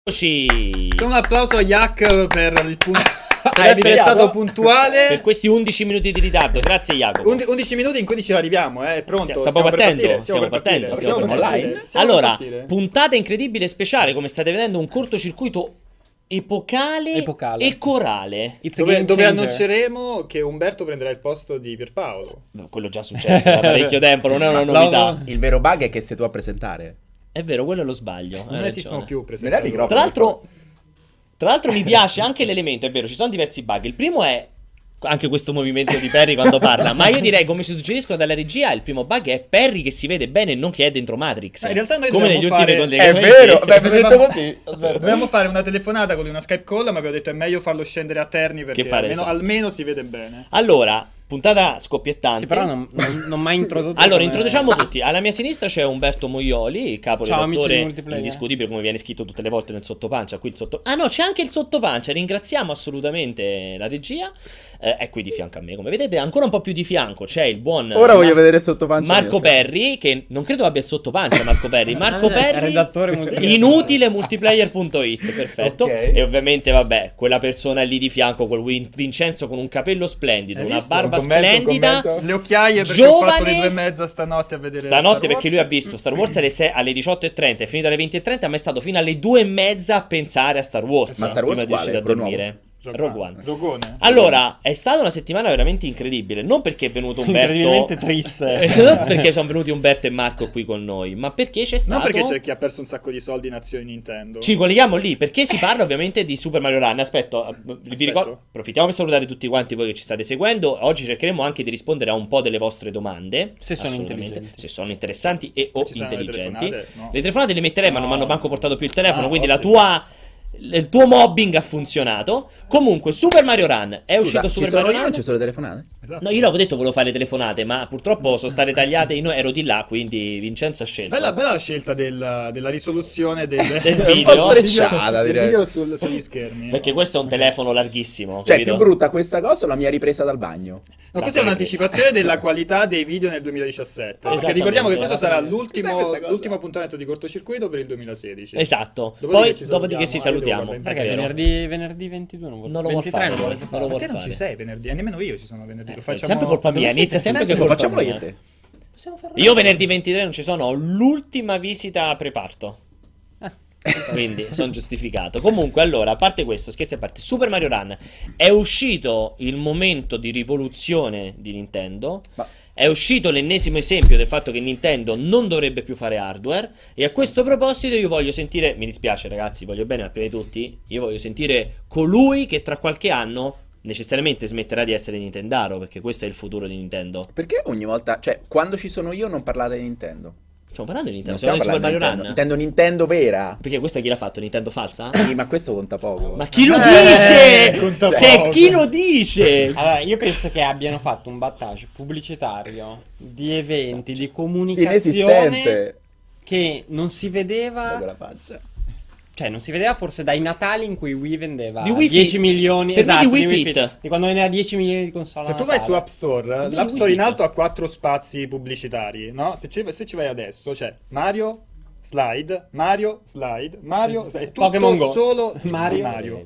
Eccoci. Un applauso a Yak per il punto. Per essere stato puntuale Per questi 11 minuti di ritardo, grazie Jacopo. 11 minuti in cui ci arriviamo, è pronto. Stiamo partendo, stiamo partire. partendo. Siamo online. Allora, puntata incredibile speciale, come state vedendo, un cortocircuito epocale. E corale. Dove annunceremo che Umberto prenderà il posto di Pierpaolo. No, quello già successo da parecchio tempo, non è una novità. Il vero bug è che sei tu a presentare. È vero, quello è lo sbaglio. Non esistono più Mi dai il microfono? Tra l'altro mi piace anche l'elemento, è vero, ci sono diversi bug. Il primo è anche questo movimento di Perry quando parla, ma io direi, come ci suggeriscono dalla regia, il primo bug è Perry che si vede bene e non che è dentro Matrix. In realtà noi come negli dobbiamo ultimi fare... collegamenti. È vero, beh, detto così. Dovevamo fare una telefonata con lui, una Skype call, ma abbiamo detto è meglio farlo scendere a Terni perché almeno si vede bene. Allora, puntata scoppiettante. Sì, però non mai introdotto. Allora, introduciamo tutti. Alla mia sinistra c'è Umberto Moioli, capo redattore indiscutibile, come viene scritto tutte le volte nel sottopancia. Qui il sotto... Ah no, c'è anche il sottopancia. Ringraziamo assolutamente la regia. È qui di fianco a me, come vedete. Ancora un po' più di fianco c'è il buon Ora voglio vedere il sottopancia. Marco Perri, che non credo abbia il sottopancia. Marco Perri, redattore inutile multiplayer.it. Perfetto. Okay. E ovviamente, vabbè, quella persona lì di fianco, col Vincenzo con un capello splendido, una barba splendida, le occhiaie perché giovane, ho fatto le 2:30 stanotte a vedere stanotte perché lui ha visto Star Wars alle 18:30, è finito alle 20:30, ma è stato fino alle 2:30 a pensare a Star Wars, ma Star Wars prima di uscire a dormire. Rogue One. Allora, è stata una settimana veramente incredibile. Non perché è venuto Umberto, incredibilmente triste. non perché sono venuti Umberto e Marco qui con noi, ma perché c'è stato. Non perché c'è chi ha perso un sacco di soldi in azioni Nintendo. Ci colleghiamo lì perché si parla ovviamente di Super Mario Run. Aspetto. Vi ricordo, approfittiamo per salutare tutti quanti voi che ci state seguendo. Oggi cercheremo anche di rispondere a un po' delle vostre domande. Se sono intelligenti. Se sono interessanti e o intelligenti. No. Le telefonate le metterei, ma non mi hanno manco portato più il telefono. Quindi ottimo. Il tuo mobbing ha funzionato. Comunque, Super Mario Run è uscito. Super Mario Run. Non ci sono le telefonate? Esatto. No, io l'avevo detto che volevo fare le telefonate, ma purtroppo sono state tagliate. Io ero di là, quindi Vincenzo ha scelto. Bella la scelta della risoluzione del video. Strecciata, del direi. video sugli schermi. Perché questo è un telefono larghissimo. Cioè, capito? più brutta questa cosa o la mia ripresa dal bagno? No, questa è un'anticipazione della qualità dei video nel 2017. Perché ricordiamo che questo sarà l'ultimo appuntamento di cortocircuito per il 2016. Esatto. Dopodiché Dopodiché ci salutiamo. Perché venerdì 22 non lo vuol fare. Non lo vuol Perché non fare. ci sei venerdì? E nemmeno io ci sono venerdì. Lo facciamo... Sempre colpa mia. Inizia sempre che Lo colpa facciamo io mia. e te. Io venerdì 23 non ci sono. Ho l'ultima visita a preparto. Quindi sono giustificato. Comunque, allora, a parte questo, scherzi a parte, Super Mario Run è uscito il momento di rivoluzione di Nintendo. È uscito l'ennesimo esempio del fatto che Nintendo non dovrebbe più fare hardware. E a questo proposito io voglio sentire, mi dispiace ragazzi, voglio bene, ma prima di tutti io voglio sentire colui che tra qualche anno necessariamente smetterà di essere Nintendaro, perché questo è il futuro di Nintendo. Perché ogni volta, cioè, quando ci sono io non parlate di Nintendo? Stiamo parlando di Nintendo, Non stiamo stiamo parlando di Super parlando Mario di Run. Nintendo vera. Perché questa chi l'ha fatto? Nintendo falsa? Sì, ma questo conta poco. Ma chi lo dice? conta Se poco. chi lo dice? Allora, io penso che abbiano fatto un battage pubblicitario di eventi, di comunicazione Inesistente. che non si vedeva. Con la faccia. Cioè, non si vedeva forse dai Natali in cui Wii vendeva Di Wii 10 Fit. milioni. Per me Esatto, di Wii di Wii Fit. Fit. Di quando vendeva 10 milioni di console. Se a tu vai Natale. su App Store, Wii l'App Store Fit. in alto ha 4 spazi pubblicitari, no? Se ci vai adesso c'è Mario, Slide, Mario, Slide, Mario, è tutto Pokémon Go. solo Mario.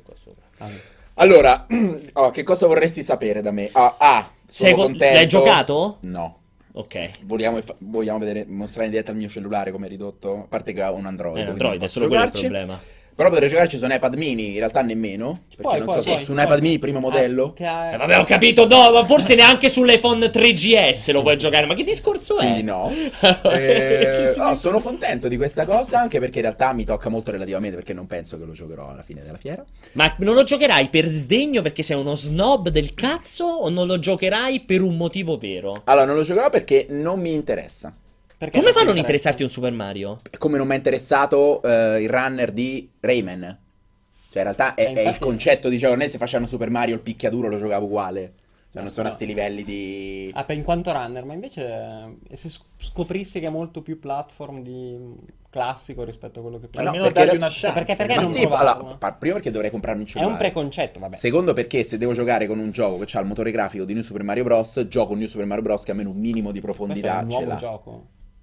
Allora, che cosa vorresti sapere da me? Sono contento. L'hai giocato? No. Ok. Vogliamo vedere, mostrare in diretta il mio cellulare come è ridotto? A parte che ha un Android. È quindi Android, non è posso solo quello il giocarci. problema. Però potrei giocarci su un iPad mini, in realtà nemmeno. Perché non so, su un iPad mini primo modello. Vabbè, ho capito, no, ma forse neanche sull'iPhone 3GS lo puoi giocare. Ma che discorso è? Quindi no. Sono contento di questa cosa, anche perché in realtà mi tocca molto relativamente, perché non penso che lo giocherò alla fine della fiera. Ma non lo giocherai per sdegno perché sei uno snob del cazzo o non lo giocherai per un motivo vero? Allora, non lo giocherò perché non mi interessa. Perché Come non fa a ti non interessa? interessarti un Super Mario? Come non mi è interessato il runner di Rayman. Cioè, in realtà è il infatti- concetto di gioco. Non è se facevano Super Mario il picchiaduro lo giocavo uguale. Cioè, non sono a sti livelli di... In quanto runner, ma invece se scoprissi che è molto più platform di classico rispetto a quello che no, almeno perché dargli era- una chance. perché Ma non sì, provarlo? allora, prima perché dovrei comprarmi un È cellulare. un preconcetto, vabbè. Secondo perché se devo giocare con un gioco che ha il motore grafico di New Super Mario Bros, gioco New Super Mario Bros che almeno un minimo di Questo è profondità un ce nuovo l'ha. gioco.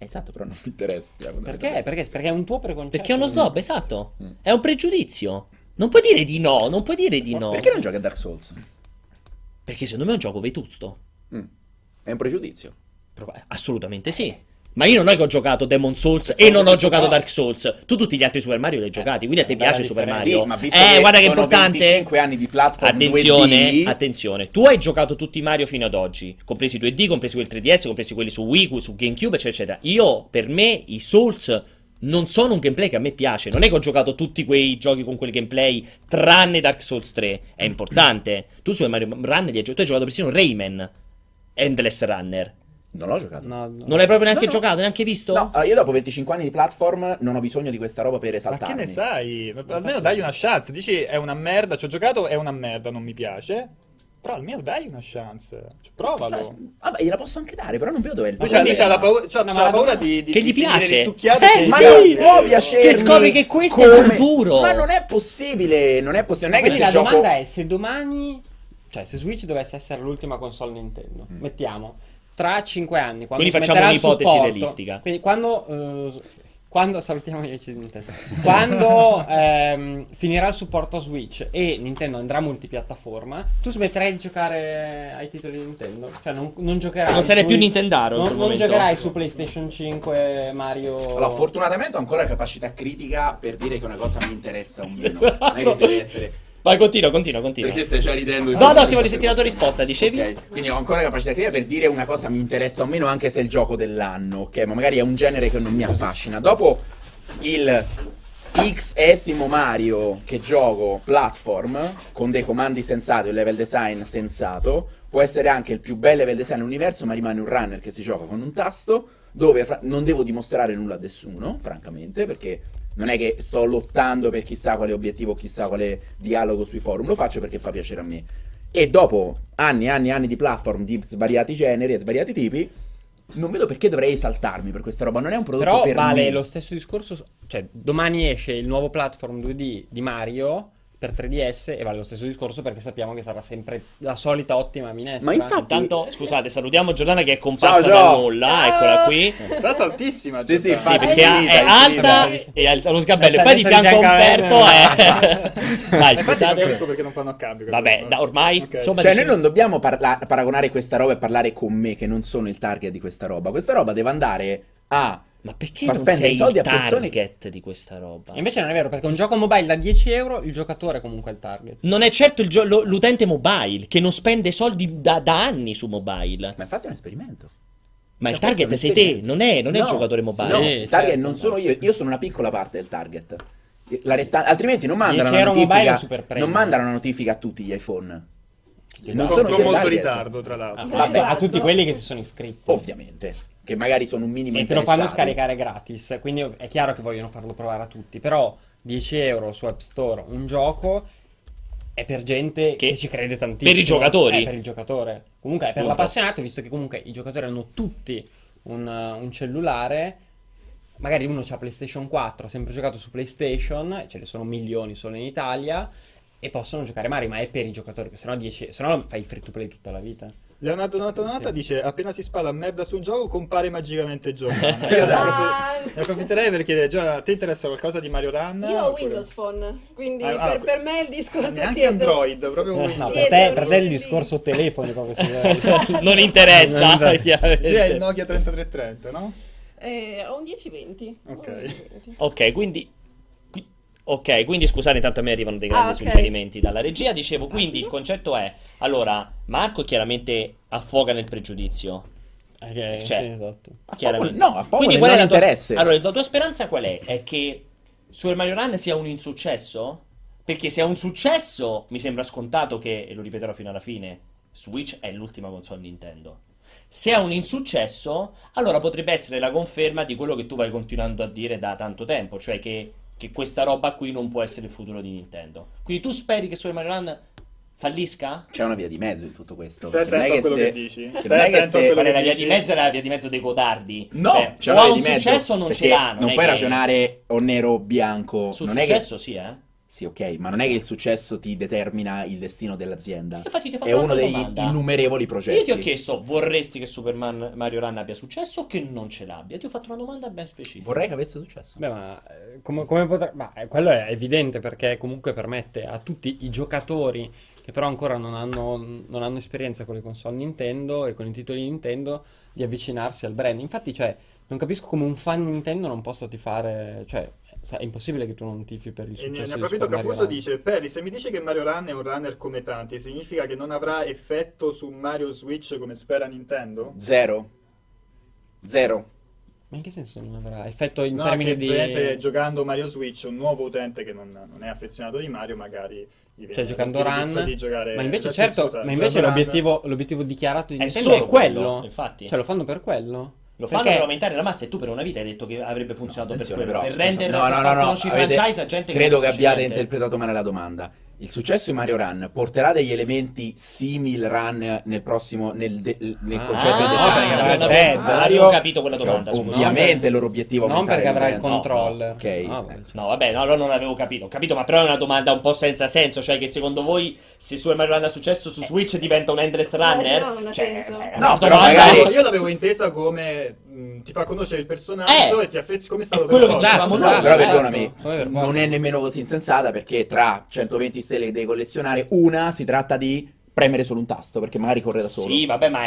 Esatto, però non mi interessa. Perché? Perché è un tuo preconcetto. Perché è uno snob, esatto. È un pregiudizio. Non puoi dire di no, non puoi dire di no. Perché non giochi a Dark Souls? Perché secondo me è un gioco vetusto. È un pregiudizio. Assolutamente sì. Ma io non è che ho giocato Demon Souls e non ho giocato Dark Souls. Tu tutti gli altri Super Mario li hai giocati, quindi a te piace Super Mario. Sì, ma visto che guarda che sono importante. 25 anni di platform attenzione, 2D. attenzione. Tu hai giocato tutti i Mario fino ad oggi, compresi i 2D, compresi quelli 3DS, compresi quelli su Wii, su GameCube, eccetera, eccetera. Io, per me, i Souls non sono un gameplay che a me piace. Non è che ho giocato tutti quei giochi con quel gameplay, tranne Dark Souls 3. È importante. Tu su Mario Run tu hai giocato persino Rayman, Endless Runner. Non l'ho giocato. No. Non l'hai proprio neanche giocato, neanche visto? No, io dopo 25 anni di platform non ho bisogno di questa roba per esaltarmi. Ma che ne sai? Almeno dai una chance. Dici è una merda, ci ho giocato, è una merda, non mi piace. Però almeno dai una chance. Cioè, provalo. Vabbè, gliela posso anche dare, però non vedo dove è il Lui c'ha la paura di che gli piace. Ma sì! non può piacermi. Che scopri che questo è il futuro. Ma non è possibile, non è possibile. Non è che Quindi se la gioco... domanda è se domani, cioè se Switch dovesse essere l'ultima console Nintendo, mettiamo tra 5 anni, quando quindi facciamo smetterà il un'ipotesi supporto, realistica. quindi quando salutiamo gli amici di Nintendo, quando finirà il supporto a Switch e Nintendo andrà multipiattaforma, tu smetterai di giocare ai titoli di Nintendo, cioè non giocherai, non sarei più Nintendaro in quel non momento. giocherai su PlayStation 5 Mario. Allora, fortunatamente ho ancora capacità critica per dire che una cosa mi interessa o meno. Non è che deve essere... Vai, continua. Perché stai già ridendo? No, si vuole sentire la tua risposta, dicevi? Ok, quindi ho ancora capacità critica per dire una cosa mi interessa o meno, anche se è il gioco dell'anno, ok? Ma magari è un genere che non mi affascina. Dopo il Xesimo Mario che gioco platform, con dei comandi sensati, un level design sensato, può essere anche il più bel level design dell'universo, ma rimane un runner che si gioca con un tasto, dove non devo dimostrare nulla a nessuno, francamente, perché... non è che sto lottando per chissà quale obiettivo, chissà quale dialogo sui forum, lo faccio perché fa piacere a me. E dopo anni e anni di platform di svariati generi e svariati tipi, non vedo perché dovrei esaltarmi per questa roba, non è un prodotto però per vale me. lo stesso discorso, cioè domani esce il nuovo platform 2D di Mario per 3DS e vale lo stesso discorso perché sappiamo che sarà sempre la solita ottima minestra. Ma infatti... Intanto, scusate, salutiamo Giordana che è comparsa Ciao. dal nulla, eccola qui. È stata altissima. Sì, Sì, infatti, perché è alta e ha lo sgabello e poi di fianco a Umberto è... Vai, Infatti non scusate. capisco perché non fanno a cambio. Vabbè, ormai, Ok. insomma... Cioè dicevi- noi non dobbiamo paragonare questa roba e parlare con me che non sono il target di questa roba. Questa roba deve andare a... Ma perché Fa non spendere sei i soldi il a persone target di questa roba? Invece non è vero, perché un gioco mobile da 10 euro il giocatore è comunque il target. Non è certo l'utente mobile, che non spende soldi da anni su mobile. Ma infatti è un esperimento. Ma il questo è target un sei te, esperimento. non è il No, giocatore mobile. No, Sì, il target certo. non sono io sono una piccola parte del target. Altrimenti non mandano 10 una euro mobile è notifica. super premium. Non mandano una notifica a tutti gli iPhone. Non Con sono io il molto target. ritardo, tra l'altro. Vabbè, A tutti quelli che si sono iscritti. ovviamente, che magari sono un minimo E te lo fanno interessati. scaricare gratis, quindi è chiaro che vogliono farlo provare a tutti. Però 10 euro su App Store un gioco è per gente che ci crede tantissimo. Per i giocatori. È per il giocatore. Comunque è per Punto. l'appassionato, visto che comunque i giocatori hanno tutti un cellulare. Magari uno c'ha PlayStation 4, ha sempre giocato su PlayStation, ce ne sono milioni solo in Italia, e possono giocare Mario, ma è per i giocatori, se no fai free to play tutta la vita. Leonardo Donata dice: appena si spalla merda su un gioco compare magicamente Giordana. Io ne approfitterei per chiedere: Giordana, ti interessa qualcosa di Mario Run? Io ho Oppure- Windows Phone, quindi Ah, per me il discorso neanche sì, Android, proprio No, Windows. Sì, per te il sì. discorso telefoni proprio si Non interessa, Non- chiaramente. C'è il Nokia 3330, no? Ho un 1020. Ok. Ho un 1020. Ok, quindi scusate, intanto a me arrivano dei grandi ok. suggerimenti dalla regia. Dicevo, quindi il concetto è: allora, Marco chiaramente affoga nel pregiudizio. Cioè, Cioè, sì, esatto. Chiaramente. No, a Quindi nel qual è non la tua interesse. Allora, la tua speranza qual è? È che Super Mario Run sia un insuccesso? Perché se è un successo, mi sembra scontato che, e lo ripeterò fino alla fine, Switch è l'ultima console Nintendo. Se è un insuccesso, allora potrebbe essere la conferma di quello che tu vai continuando a dire da tanto tempo, cioè che questa roba qui non può essere il futuro di Nintendo. Quindi tu speri che Super Mario Run fallisca? C'è una via di mezzo in tutto questo. Stai Che non è attento a quello se- che dici. che Stai non è che attento a se- quello Qual è che la via dici. di mezzo? È la via di mezzo dei codardi. No, Cioè, c'è o una ha via un di mezzo, successo o non ce perché l'ha. Non è puoi che- ragionare o nero o bianco. Sul non è che successo sì, Sì, ok, ma non è che il successo ti determina il destino dell'azienda. Infatti ti ho fatto È uno un'altra degli domanda. innumerevoli progetti. Io ti ho chiesto, vorresti che Mario Run abbia successo o che non ce l'abbia? Ti ho fatto una domanda ben specifica. Vorrei che avesse successo. Beh, ma come potrà... Ma quello è evidente perché comunque permette a tutti i giocatori che però ancora non hanno esperienza con le console Nintendo e con i titoli Nintendo di avvicinarsi al brand. Infatti, cioè, non capisco come un fan Nintendo non possa tifare... Cioè, è impossibile che tu non tifi per il E successo ne di approfitto, Super Mario Cafuso Run. dice: Perry, se mi dici che Mario Run è un runner come tanti, significa che non avrà effetto su Mario Switch come spera Nintendo? Zero. Ma in che senso non avrà effetto in No, termini che di... vedete, giocando Mario Switch, un nuovo utente che non è affezionato di Mario, magari gli viene Cioè, giocando lo spirito Run, di giocare... ma invece sì, certo, scusa, ma invece giocando l'obiettivo dichiarato di È Nintendo solo è quello. quello, infatti. Cioè, lo fanno per quello. Lo fanno Perché- per aumentare la massa e tu per una vita hai detto che avrebbe funzionato per Attenzione, quello. però, Per scusa. rendere No, per far conoscere i franchise a gente che credo non che conosce abbiate niente. interpretato male la domanda. Il successo di Mario Run porterà degli elementi simil Run nel prossimo nel concetto di Ah, design beh, non avevo capito quella domanda, scusa. Ovviamente il loro obiettivo è Non aumentare perché avrà il l'utenza. controller. Ok, Ah, beh, ecco. No, vabbè, no, non l'avevo capito. Ho capito, ma però è una domanda un po' senza senso. Cioè, che secondo voi, se Super Mario Run ha successo su Switch diventa un Endless Runner? no, non ha Cioè, senso. è No, una però domanda- magari- Io l'avevo intesa come ti fa conoscere il personaggio e ti affezzi come è stato è quello che per dicevamo cosa. noi. Però Esatto. perdonami, Come per non è nemmeno così insensata perché tra 120 stelle che devi collezionare, una si tratta di premere solo un tasto perché magari corre da solo. Sì, vabbè, ma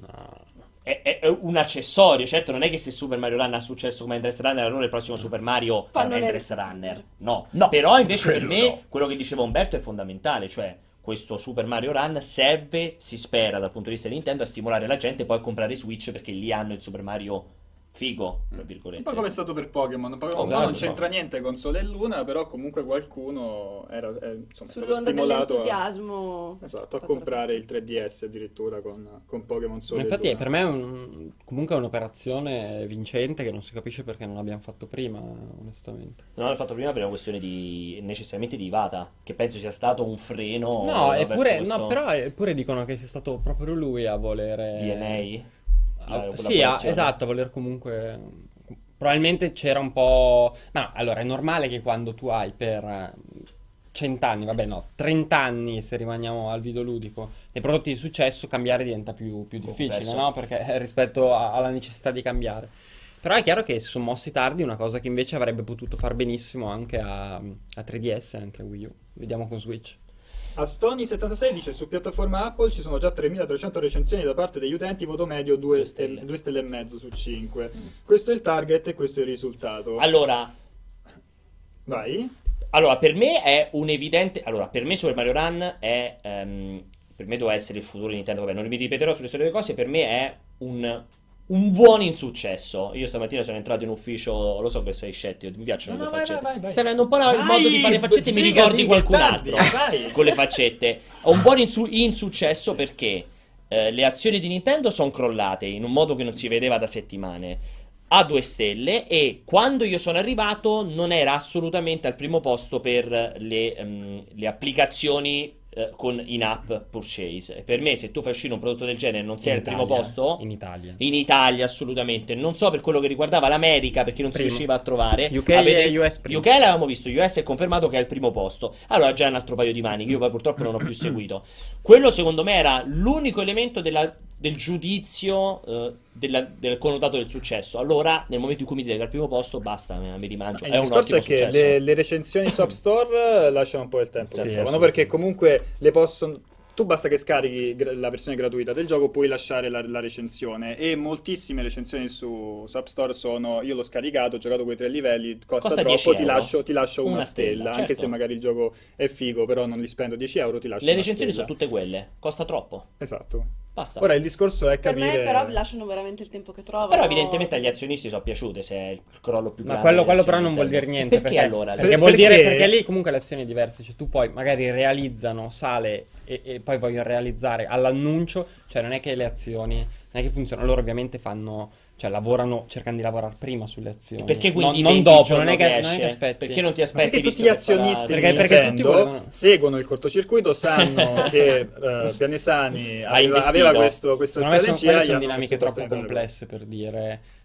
è un accessorio. Certo, non è che se Super Mario Run ha successo come Endless Runner, allora il prossimo Super Mario è Fanno un le- Endless Runner. No. No, Però invece per quello me, no. quello che diceva Umberto è fondamentale. Cioè, questo Super Mario Run serve, si spera dal punto di vista di Nintendo, a stimolare la gente poi a comprare Switch perché lì hanno il Super Mario figo, tra Un virgolette. po' come è stato per Pokémon. Pokémon Esatto. non c'entra niente con Sole e Luna, però comunque qualcuno è stato Sull'onda stimolato dell'entusiasmo. esatto, a comprare il 3DS addirittura con Pokémon Sole Infatti e Luna. per me è comunque è un'operazione vincente che non si capisce perché non l'abbiamo fatto prima, onestamente. Non l'ho fatto prima per una questione di necessariamente di Iwata, che penso sia stato un freno. No, verso eppure, questo no, però eppure dicono che sia stato proprio lui a volere... DNA. La Sì, collaborazione. esatto, a voler comunque... Probabilmente c'era un po'... Ma no, allora è normale che quando tu hai per 100 anni, vabbè no, 30 anni se rimaniamo al videoludico, dei prodotti di successo, cambiare diventa più difficile, complesso. no? Perché rispetto alla necessità di cambiare. Però è chiaro che si sono mossi tardi, una cosa che invece avrebbe potuto far benissimo anche a 3DS e anche a Wii U. Vediamo con Switch. Astoni76 dice: su piattaforma Apple ci sono già 3300 recensioni da parte degli utenti, voto medio 2 stelle. stelle e mezzo su 5. Questo è il target e questo è il risultato. Allora, Vai. per me è un evidente. Allora, per me Super Mario Run è. Per me doveva essere il futuro di Nintendo. Vabbè, non mi ripeterò sulle solite cose. Per me è un buon insuccesso. Io stamattina sono entrato in ufficio. Lo so che sei scettico. Mi piacciono le tue faccette. vai. Stai avendo un po' il modo di fare le faccette. Mi spiegati, ricordi che qualcun tardi, altro vai. con le faccette. Ho un buon insuccesso perché le azioni di Nintendo sono crollate in un modo che non si vedeva da settimane. A 2 stelle, e quando io sono arrivato non era assolutamente al primo posto per le applicazioni con in-app purchase. E per me, se tu fai uscire un prodotto del genere e non sei In al primo Italia, posto, in Italia. in Italia assolutamente, non so per quello che riguardava l'America perché non si Primo. riusciva a trovare. UK e US primo. UK l'avevamo visto, US è confermato che è al primo posto. Allora già è un altro paio di maniche, io poi purtroppo non ho più seguito. Quello secondo me era l'unico elemento del giudizio del connotato del successo. Allora nel momento in cui mi dite che è al primo posto basta, mi rimangio. Il È un discorso ottimo è che successo. le recensioni su App Store lasciano un po' il tempo Sì, che trovano, assolutamente. perché comunque le possono. Tu basta che scarichi la versione gratuita del gioco, puoi lasciare la recensione, e moltissime recensioni su App Store sono: io l'ho scaricato, ho giocato quei 3 livelli, costa Costa troppo, 10 ti lascio una Una stella, stella, anche certo. se magari il gioco è figo, però non li spendo 10 euro, ti lascio Le una recensioni stella. sono tutte quelle, costa troppo. Esatto. Basta. Ora il discorso è Per capire. me però lasciano veramente il tempo che trovano. Però evidentemente agli azionisti sono piaciute se è il crollo più Ma grande. quello delle però azioni non vuol Nintendo. dire niente. E perché allora? Perché vuol dire Perché- perché lì comunque le azioni diverse. Cioè tu poi magari realizzano, sale e poi vogliono realizzare all'annuncio. Cioè non è che le azioni, non è che funzionano. Loro ovviamente fanno, cioè lavorano, cercando di lavorare prima sulle azioni. Perché quindi non vedi dopo, il giorno non è che che, non è che esce? aspetti. Perché non ti Ma aspetti perché visto tutti gli che farà- azionisti di Perché tutti Nintendo volevano- seguono il cortocircuito, sanno che Pianesani aveva investito. questa Secondo me strategia. quelle gli sono hanno dinamiche messo troppo questa complesse per dire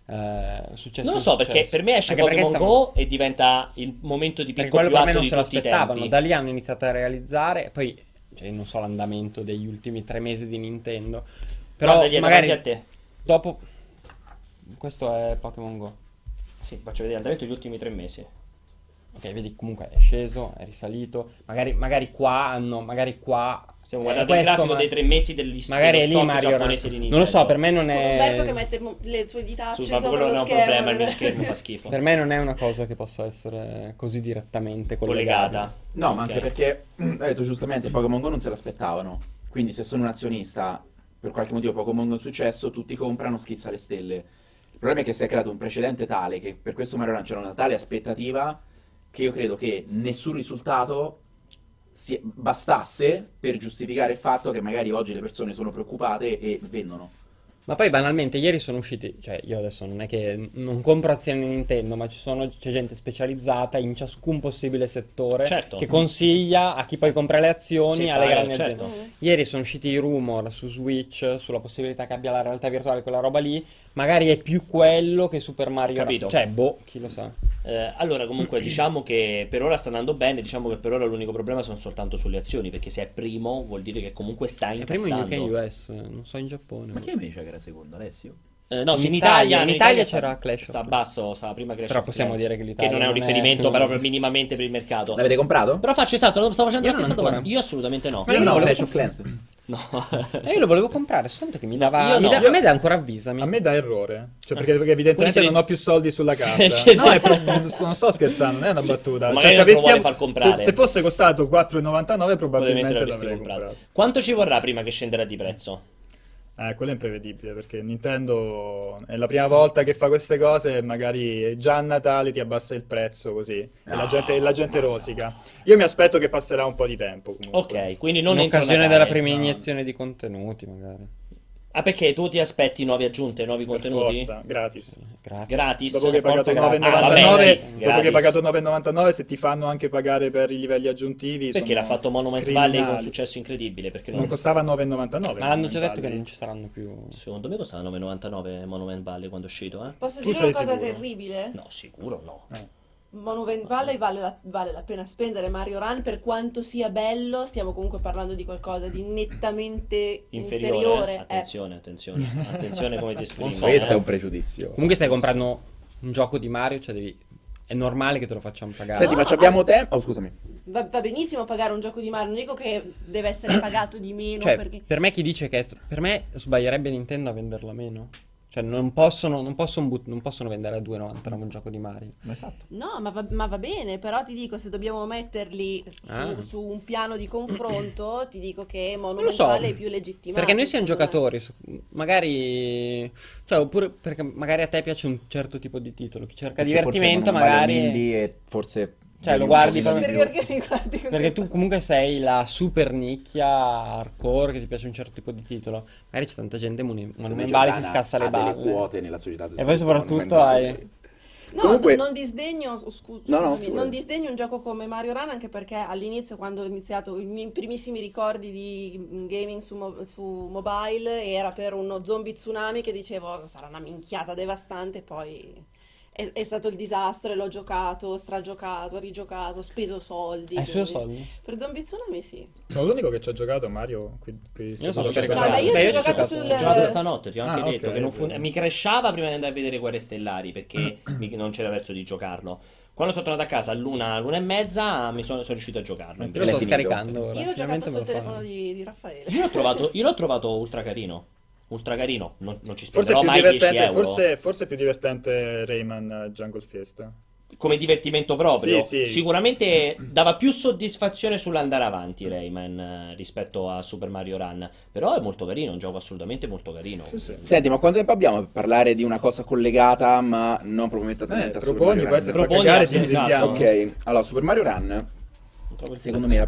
successo. Non lo so, perché per me esce Anche perché Pokémon stavano- Go e diventa il momento di perché picco quello più per me alto non di se lo tutti i aspettavano. tempi. Da lì hanno iniziato a realizzare, poi cioè, non so l'andamento degli ultimi 3 mesi di Nintendo, però Guarda, dietro, magari davanti a te. dopo questo è Pokémon Go. Sì, faccio vedere l'andamento degli ultimi 3 mesi. Ok, vedi comunque è sceso, è risalito. Magari qua Stiamo guardando il questo, grafico ma dei 3 mesi magari è dello lì stock Mario giapponese di Nintendo. Non lo so, per me non Con Umberto che è mette le sue ditacce Ma sopra quello non è lo un schermo. problema, il mio schermo fa schifo. per me non è una cosa che possa essere così direttamente collegata. Collegata. No, ma Ok. anche perché, hai detto giustamente, Pokémon Go non se l'aspettavano. Quindi se sono un azionista, per qualche motivo Pokémon Go è un successo, tutti comprano, schizza alle stelle. Il problema è che si è creato un precedente tale, che per questo Mario Run c'era una tale aspettativa, che io credo che nessun risultato bastasse per giustificare il fatto che magari oggi le persone sono preoccupate e vendono. Ma poi banalmente ieri sono usciti, cioè io adesso non è che non compro azioni Nintendo, ma c'è gente specializzata in ciascun possibile settore Certo. che consiglia a chi poi compra le azioni Sì, alle fare, grandi certo. aziende. Ieri sono usciti i rumor su Switch sulla possibilità che abbia la realtà virtuale, quella roba lì, magari è più quello che Super Mario. Capito. Cioè, boh, chi lo sa. Allora, comunque, diciamo che per ora sta andando bene. Diciamo che per ora l'unico problema sono soltanto sulle azioni. Perché se è primo, vuol dire che comunque sta È primo in UK incassando. e US, non so in Giappone. Ma chi mi dice che era secondo, Alessio? No, sì, In in Italia- Italia, in Italia sta- c'era Clash sta of- basso, sta prima Clash Però of possiamo Clans, dire che l'Italia non è un non è- riferimento proprio minimamente per il mercato. L'avete comprato? Però faccio esatto, stavo facendo Io la non stessa ancora. domanda. Io assolutamente no. Ma io no, volevo Clash of Clans. No. Io lo volevo comprare, soltanto che mi dava. Io no. A me dà ancora avvisami. A me dà errore, cioè perché evidentemente Quindi se- non ho più soldi sulla carta. se- No, non sto scherzando, non è una battuta. magari Cioè, non te lo vuole far comprare. se fosse costato 4,99 probabilmente Probabilmente l'avresti l'avrei comprato. comprato. Quanto ci vorrà prima che scenderà di prezzo? Quello è imprevedibile perché Nintendo è la prima volta che fa queste cose e magari già a Natale ti abbassa il prezzo così e la gente rosica. Io mi aspetto che passerà un po' di tempo comunque. Ok, quindi non In entro occasione Natale. della prima no. iniezione di contenuti, magari. Ah, perché tu ti aspetti nuove aggiunte, nuovi Per contenuti? forza, gratis. Grazie. Gratis? Dopo che hai forza pagato gratis. 9,99, vabbè, sì, dopo che gratis. hai pagato 9,99, se ti fanno anche pagare per i livelli aggiuntivi, Perché sono l'ha fatto Monument Valley con un criminali. successo incredibile? Perché Non non... costava 9,99. Ma l'hanno già detto che Valley. non ci saranno più. Secondo me costava 9,99 Monument Valley quando è uscito, eh? Posso Tu dire una sei cosa sicuro? terribile? No, sicuro no. Monument Valley vale la pena spendere. Mario Run, per quanto sia bello, stiamo comunque parlando di qualcosa di nettamente inferiore. Attenzione, attenzione come ti esprimi. Questo è un pregiudizio. Comunque stai comprando un gioco di Mario, cioè è normale che te lo facciamo pagare. Senti, ma ci abbiamo tempo? Oh, scusami. Va benissimo pagare un gioco di Mario, non dico che deve essere pagato di meno Cioè, perché... per me chi dice che per me sbaglierebbe Nintendo a venderla meno. Cioè, non possono vendere a 2,99 un gioco di Mario. Esatto. No, ma va bene, però ti dico, se dobbiamo metterli su un piano di confronto, ti dico che Non lo Monument so. Valley è più legittimato. Perché noi siamo secondo me. giocatori, magari. Cioè, oppure perché magari a te piace un certo tipo di titolo. Chi cerca Perché divertimento, forse non magari. vale un indie e forse Cioè, lo un guardi po' di proprio- più. Perché mi guardi con Perché tu questa- comunque sei la super nicchia hardcore che ti piace un certo tipo di titolo. Magari c'è tanta gente Monument Valley si scassa le ha delle balle. quote nella società E poi soprattutto hai. No, Comunque- non disdegno, No, scusami, figurati. non disdegno un gioco come Mario Run, anche perché all'inizio, quando ho iniziato i miei primissimi ricordi di gaming su mobile, era per uno zombie tsunami che dicevo sarà una minchiata devastante, poi è stato il disastro e l'ho giocato, stragiocato, rigiocato, speso soldi. Hai speso quindi- soldi? Per zombie tsunami sì. Sono l'unico che ci ha giocato Mario qui Io sono seduto. scaricato. No, beh, io Beh, ci ho io ci ho giocato giocato. sul... Ho giocato stanotte, ti ho anche Ah, detto ok, che ok. mi crashava prima di andare a vedere Guerre Stellari perché non c'era verso di giocarlo. Quando sono tornato a casa all'una e mezza sono riuscito a giocarlo. Io lo sto finito. scaricando ora. Io l'ho finalmente giocato sul me lo fa. telefono di Raffaele. Io l'ho trovato ultra carino. Ultra carino, non ci Forse è spenderò più mai 10 divertente, euro. forse è più divertente Rayman Jungle Fiesta. Come divertimento proprio. Sì, sì. Sicuramente dava più soddisfazione sull'andare avanti Rayman rispetto a Super Mario Run. Però è molto carino, è un gioco assolutamente molto carino. Sì, sì. Senti, ma quanto tempo abbiamo per parlare di una cosa collegata, ma non propriamente attenta a Super proponi, Mario poi Run? se fa Proponi, cagare ti esatto. sentiamo. Ok, allora Super Mario Run Non trovo il secondo me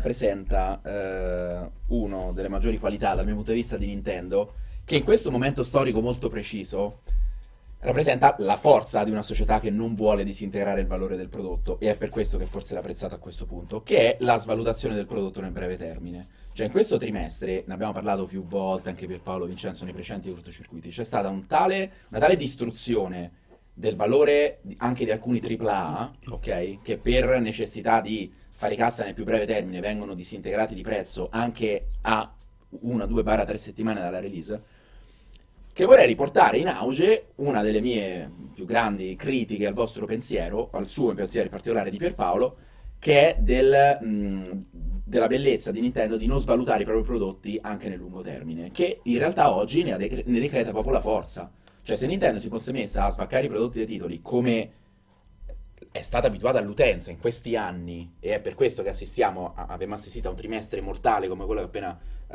rappresenta uno delle maggiori qualità dal mio punto di vista di Nintendo, che in questo momento storico molto preciso rappresenta la forza di una società che non vuole disintegrare il valore del prodotto, e è per questo che forse l'ha apprezzato a questo punto, che è la svalutazione del prodotto nel breve termine. Cioè in questo trimestre, ne abbiamo parlato più volte anche per Paolo Vincenzo nei precedenti cortocircuiti, c'è stata una tale distruzione del valore anche di alcuni AAA, ok? Che per necessità di fare cassa nel più breve termine vengono disintegrati di prezzo anche a 1, 2, 3 settimane dalla release, che vorrei riportare in auge una delle mie più grandi critiche al vostro pensiero, al suo pensiero in particolare di Pierpaolo, che è della bellezza di Nintendo di non svalutare i propri prodotti anche nel lungo termine, che in realtà oggi ne decreta proprio la forza. Cioè, se Nintendo si fosse messa a spaccare i prodotti dei titoli come è stata abituata all'utenza in questi anni, e è per questo che abbiamo assistito a un trimestre mortale come quello che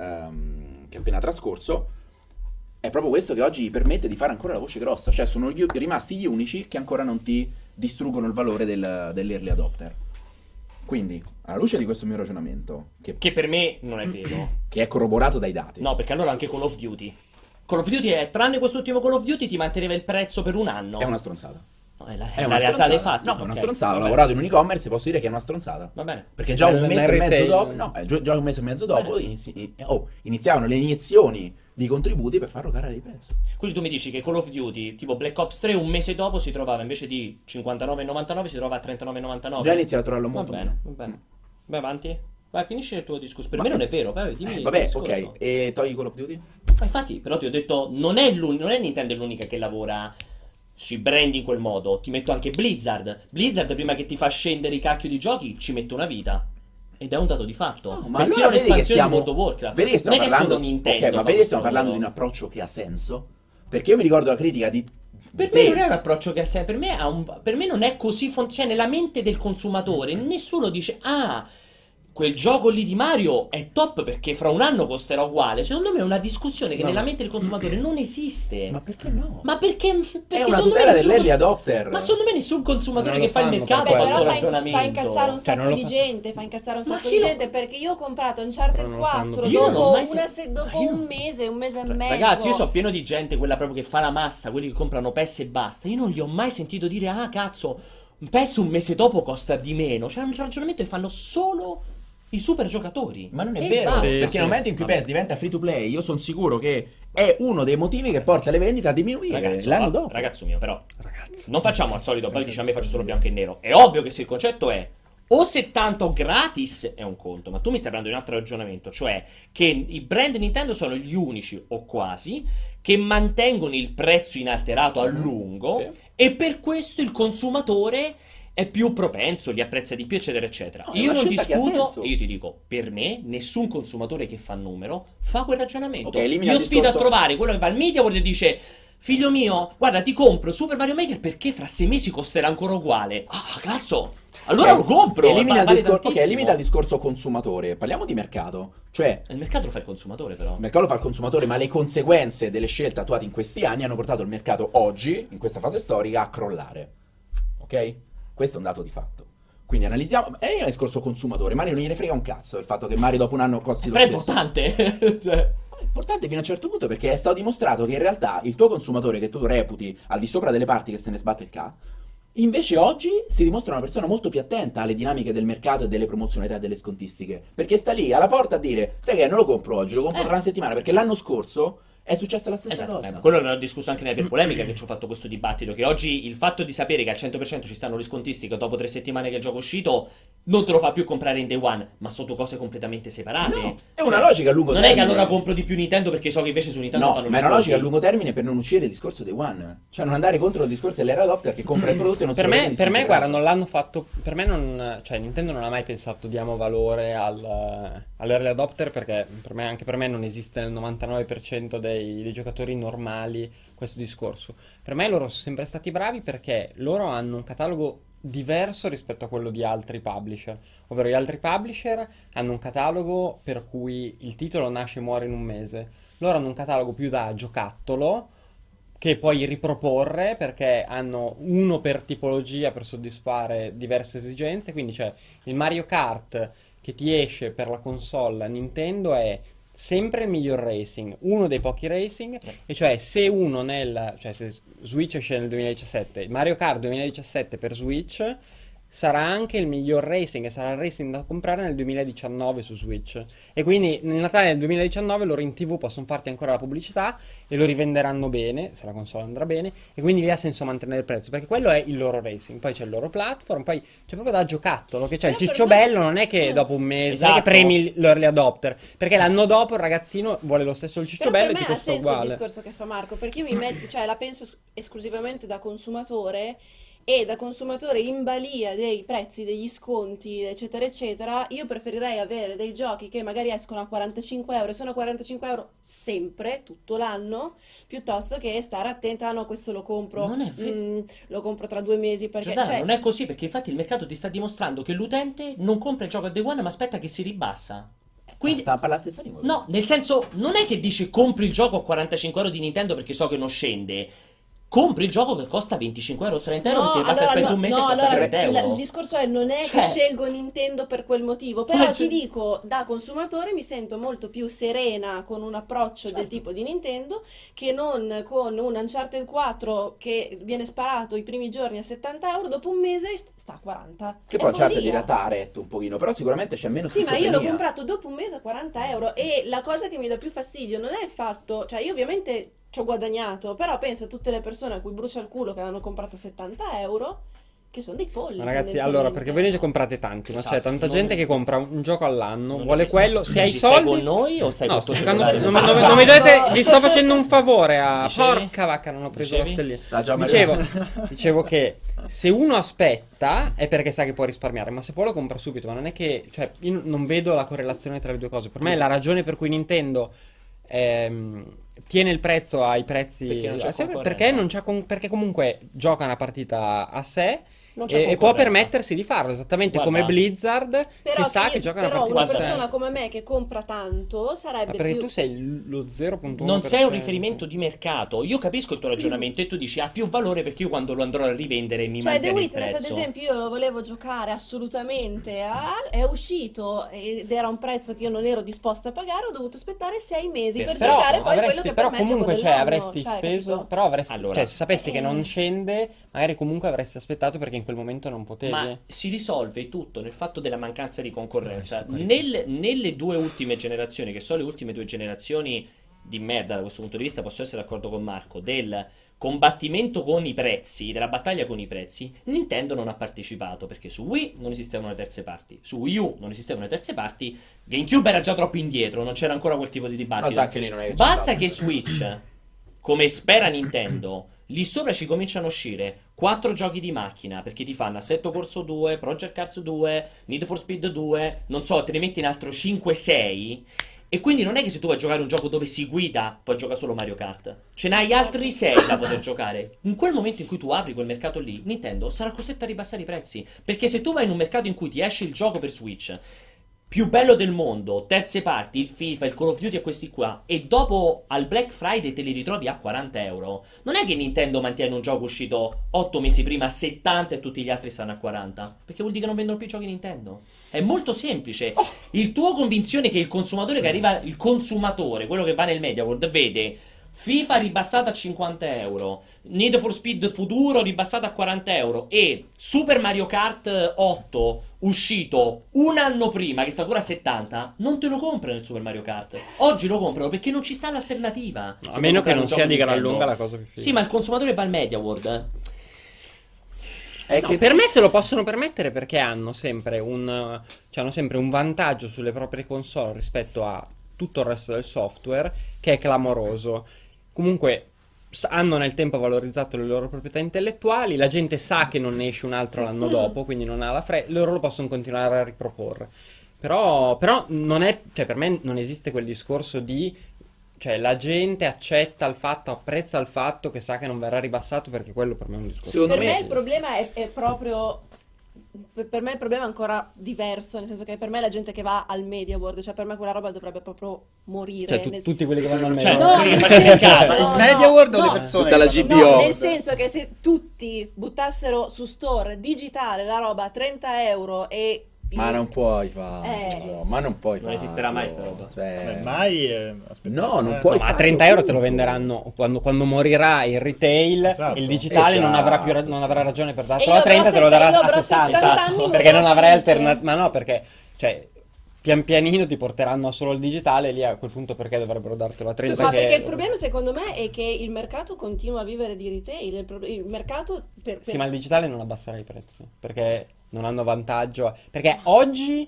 è appena trascorso, è proprio questo che oggi gli permette di fare ancora la voce grossa. Cioè, sono rimasti gli unici che ancora non ti distruggono il valore dell'early adopter. Quindi, alla luce di questo mio ragionamento, Che per me non è vero. che è corroborato dai dati, No, perché allora anche Call of Duty. Call of Duty tranne quest'ultimo Call of Duty, ti manteneva il prezzo per un anno. è una stronzata. No, è la È una realtà dei stronzata. fatti. No, è una Ok, stronzata. Ho va lavorato in un e-commerce e posso dire che è una stronzata. Va bene. Perché già un Nel mese e mezzo retail. dopo, già un mese e mezzo dopo iniziavano le iniezioni di contributi per far calare di prezzo. Quindi tu mi dici che Call of Duty, tipo Black Ops 3, un mese dopo si trovava invece di 59,99 si trova a 39,99. Già iniziava a trovarlo Va molto bene, meno. va bene. Vai avanti. Vai, finisci il tuo discorso. Per Ma- me non è vero, vai, dimmi il tuo Vabbè, discorso. ok. E togli Call of Duty? Ma infatti, però ti ho detto, non è Nintendo l'unica che lavora sui brand in quel modo. Ti metto anche Blizzard. Blizzard, prima che ti fa scendere i cacchio di giochi, ci mette una vita. Ed è un dato di fatto. No, ma Persino allora vedi che l'espansione stiamo... di World of Warcraft. Vedi che stiamo non è parlando... che solo Nintendo. Ok, ma fa vedi che stiamo questo parlando di un lavoro. approccio che ha senso? Perché io mi ricordo la critica di... Per me non è un approccio che ha senso. Per me non è così. Cioè, nella mente del consumatore, nessuno dice: ah, quel gioco lì di Mario è top perché fra un anno costerà uguale. Secondo me è una discussione che No. nella mente del consumatore non esiste. Ma perché no? Ma perché? È Perché una secondo me tutela nessun... dell'early adopter. Ma secondo me nessun consumatore Non che lo fa il fanno mercato per fa quello. questo Però ragionamento. fa incazzare un Cioè, non sacco lo di fa- gente, fa incazzare un Ma sacco chi di lo- gente perché io ho comprato Però Uncharted non lo fanno 4 per Io non ho dopo, mai dopo io- un mese e mezzo. Ragazzi, io so pieno di gente, quella proprio che fa la massa, quelli che comprano PES e basta. Io non gli ho mai sentito dire: ah, cazzo, un PES un mese dopo costa di meno. C'è un ragionamento che fanno solo i super giocatori. Ma non è E vero, basta. Sì, perché sì. nel momento in cui Vabbè. PES diventa free to play, io sono sicuro che è uno dei motivi che porta le vendite a diminuire l'anno dopo. Ragazzo mio, però, Ragazzo. non facciamo al solito, poi dici a me faccio solo bianco e nero. È ovvio che se il concetto è o 70 o gratis è un conto, ma tu mi stai parlando di un altro ragionamento, cioè che i brand Nintendo sono gli unici, o quasi, che mantengono il prezzo inalterato a lungo Sì. e per questo il consumatore è più propenso, li apprezza di più, eccetera, eccetera. No, è Io una non scelta che ha discuto, senso. io ti dico, per me, nessun consumatore che fa numero fa quel ragionamento. Ok, elimina Io il sfido discorso- a trovare quello che va al Media World e dice: figlio mio, guarda, ti compro Super Mario Maker perché fra 6 mesi costerà ancora uguale. Ah, cazzo! Allora lo compro! Elimina il vale discorso, ok, tantissimo. elimina il discorso consumatore. Parliamo di mercato. Cioè, Il mercato lo fa il consumatore, però. il mercato lo fa il consumatore, ma le conseguenze delle scelte attuate in questi anni hanno portato il mercato oggi, in questa fase storica, a crollare. Ok? Questo è un dato di fatto. Quindi analizziamo. E il discorso consumatore. Mario non gliene frega un cazzo del fatto che Mario dopo un anno costi lo Però è stesso. importante. Cioè, È importante fino a un certo punto perché è stato dimostrato che in realtà il tuo consumatore che tu reputi al di sopra delle parti che se ne sbatte il ca, invece oggi si dimostra una persona molto più attenta alle dinamiche del mercato e delle promozionalità e delle scontistiche. Perché sta lì alla porta a dire: sai che non lo compro oggi, lo compro tra una settimana perché l'anno scorso è successa la stessa esatto, cosa. quello l'ho discusso anche nella polemica che ci ho fatto questo dibattito, che oggi il fatto di sapere che al 100% ci stanno le scontistiche dopo 3 settimane che il gioco è uscito non te lo fa più comprare in day one, ma sotto cose completamente separate. No, è una logica a lungo Non è che termine. allora compro di più Nintendo perché so che invece su Nintendo No, fanno ma le è una sconti. logica a lungo termine per non uscire il discorso dei one. Cioè non andare contro il discorso dell'early adopter che compra il prodotto e non Per si vede me, disintegrato. guarda, non l'hanno fatto. Per me non. Cioè, Nintendo non ha mai pensato diamo valore all'early adopter perché anche per me non esiste nel 99% dei giocatori normali questo discorso. Per me loro sono sempre stati bravi perché loro hanno un catalogo diverso rispetto a quello di altri publisher. Ovvero gli altri publisher hanno un catalogo per cui il titolo nasce e muore in un mese. Loro hanno un catalogo più da giocattolo che puoi riproporre perché hanno uno per tipologia per soddisfare diverse esigenze. Quindi c'è il Mario Kart che ti esce per la console Nintendo è sempre il miglior racing, uno dei pochi racing, e cioè se se Switch esce nel 2017, Mario Kart 2017 per Switch sarà anche il miglior racing, e sarà il racing da comprare nel 2019 su Switch. E quindi nel Natale del 2019 loro in TV possono farti ancora la pubblicità e lo rivenderanno bene, se la console andrà bene, e quindi lì ha senso mantenere il prezzo, perché quello è il loro racing. Poi c'è il loro platform, poi c'è proprio da giocattolo, che c'è il Però per ciccio me- bello, non è che dopo un mese, non è che Esatto. premi l'early adopter, perché l'anno dopo il ragazzino vuole lo stesso il ciccio Però bello per e ti me ha costa senso il uguale. discorso che fa Marco, perché io cioè, la penso esclusivamente da consumatore, e da consumatore in balia dei prezzi, degli sconti, eccetera, eccetera. Io preferirei avere dei giochi che magari escono a 45 euro e sono a 45 euro sempre, tutto l'anno, piuttosto che stare attenta, ah no, questo lo compro, Non è vero. lo compro tra 2 mesi, perché Giordana, cioè, non è così, perché infatti il mercato ti sta dimostrando che l'utente non compra il gioco a day one ma aspetta che si ribassa. Quindi, Sta a parlare la stessa lingua. no, nel senso, non è che dici compri il gioco a 45 euro di Nintendo perché so che non scende. Compri il gioco che costa 25 euro o 30 euro no, perché basta spendere un mese e costa allora, 30 euro. il discorso è non è Cioè- che scelgo Nintendo per quel motivo, però Ma ti c'è- dico, da consumatore mi sento molto più serena con un approccio del tipo di Nintendo che non con un Uncharted 4 che viene sparato i primi giorni a 70 euro, dopo un mese sta a 40. Che È poi certo follia. di Taret un pochino, però sicuramente c'è meno Sì, ma io l'ho schizofrenia. comprato dopo un mese a 40 euro, e la cosa che mi dà più fastidio non è il fatto, cioè io ovviamente ci ho guadagnato, però penso a tutte le persone a cui brucia il culo che l'hanno comprato a 70 euro, che sono dei polli. Ma ragazzi, allora, perché voi ne comprate tanti, ma Esatto, c'è tanta non- gente che compra un gioco all'anno, Non vuole esiste. quello, se hai i Ci stai soldi... con noi o stai No, con sto tutti giocando... quelli? Non mi dovete... Vi sto facendo un favore a... Dicevi? Porca vacca, non ho preso la Dicevi? stellina. Sta già Dicevo che se uno aspetta è perché sa che può risparmiare, ma se poi lo compra subito, ma non è che... Cioè, io non vedo la correlazione tra le due cose. Per me la ragione per cui Nintendo... tiene il prezzo ai prezzi Perché non c'è concorrenza. perché non c'è perché comunque gioca una partita a sé Non c'è e può concorrenza. permettersi di farlo, esattamente Guarda, come Blizzard Però che sa io- che gioca una però partita una a sé. persona come me che compra tanto Ma sarebbe perché più... tu sei lo 0.1%. Non sei un riferimento di mercato. Io capisco il tuo ragionamento e tu dici ha più valore perché io quando lo andrò a rivendere mi Cioè, The mantiene il Witness, ad prezzo. esempio, io lo volevo giocare assolutamente, è uscito ed era un prezzo che io non ero disposta a pagare, ho dovuto aspettare 6 mesi per Perfetto. giocare poi quello che però per me è il comunque gioco cioè, dell'anno, avresti cioè, speso, capito? però avresti, Allora, cioè se sapessi che non scende, magari comunque avresti aspettato perché in quel momento non potevi. Ma si risolve tutto nel fatto della mancanza di concorrenza. Nelle due ultime generazioni, che sono le ultime due generazioni di merda da questo punto di vista, posso essere d'accordo con Marco, del combattimento con i prezzi, della battaglia con i prezzi, Nintendo non ha partecipato perché su Wii non esistevano le terze parti, su Wii U non esistevano le terze parti, GameCube era già troppo indietro, non c'era ancora quel tipo di dibattito. No, anche lì non è che c'è Basta stato. che Switch, come spera Nintendo, lì sopra ci cominciano a uscire 4 giochi di macchina, perché ti fanno Assetto Corso 2, Project Cars 2, Need for Speed 2, non so, te ne metti in altro 5-6, e quindi non è che se tu vai a giocare un gioco dove si guida, puoi giocare solo Mario Kart. Ce n'hai altri 6 da poter giocare. In quel momento in cui tu apri quel mercato lì, Nintendo sarà costretta a ribassare i prezzi, perché se tu vai in un mercato in cui ti esce il gioco per Switch più bello del mondo, terze parti, il FIFA, il Call of Duty e questi qua, e dopo al Black Friday te li ritrovi a 40 euro, non è che Nintendo mantiene un gioco uscito 8 mesi prima a 70 e tutti gli altri stanno a 40, perché vuol dire che non vendono più giochi Nintendo. È molto semplice. Il tuo convinzione che il consumatore che arriva, il consumatore, quello che va nel Media World, vede FIFA ribassato a 50 euro, Need for Speed futuro ribassato a 40 euro e Super Mario Kart 8 uscito un anno prima che sta ancora a 70, non te lo comprano il Super Mario Kart. Oggi lo comprano perché non ci sta l'alternativa. No, Se a meno vuoi che non comprare un sia gioco di gran Nintendo. lunga la cosa più figa. Sì, ma il consumatore va al Media World. È No, che per me se lo possono permettere perché hanno sempre un vantaggio sulle proprie console rispetto a tutto il resto del software che è clamoroso. Comunque hanno nel tempo valorizzato le loro proprietà intellettuali, la gente sa che non ne esce un altro l'anno dopo, quindi non ha la loro lo possono continuare a riproporre. Però non è, cioè per me non esiste quel discorso di, cioè la gente accetta il fatto, apprezza il fatto che sa che non verrà ribassato, perché quello per me è un discorso. Secondo Per me me il problema è proprio... Per me il problema è ancora diverso, nel senso che per me la gente che va al Media World, cioè per me quella roba dovrebbe proprio morire. Cioè tutti quelli che vanno al Cioè, meglio. No, quelli che nel fanno il senso- mercato. no, Il Media World o no. le persone? Tutta la che GPO. vanno- No, nel senso che se tutti buttassero su store digitale la roba a 30 euro e Ma non puoi farlo, ma non puoi Non esisterà mai sta roba. Cioè... Mai aspetta, No, non puoi Ma a farlo. 30 euro te lo venderanno quando morirà il retail, Esatto. il digitale non avrà più Esatto. non avrà ragione per E dartelo io a 30, avrò te lo darà io a avrò 60. 70 anni, Esatto. Perché non avrai felice. alternativa. Ma no, perché cioè pian pianino ti porteranno solo il digitale, lì a quel punto perché dovrebbero dartelo a 30? Ma che- perché il problema secondo me è che il mercato continua a vivere di retail, il mercato Sì, ma il digitale non abbasserà i prezzi, perché non hanno vantaggio. Perché oggi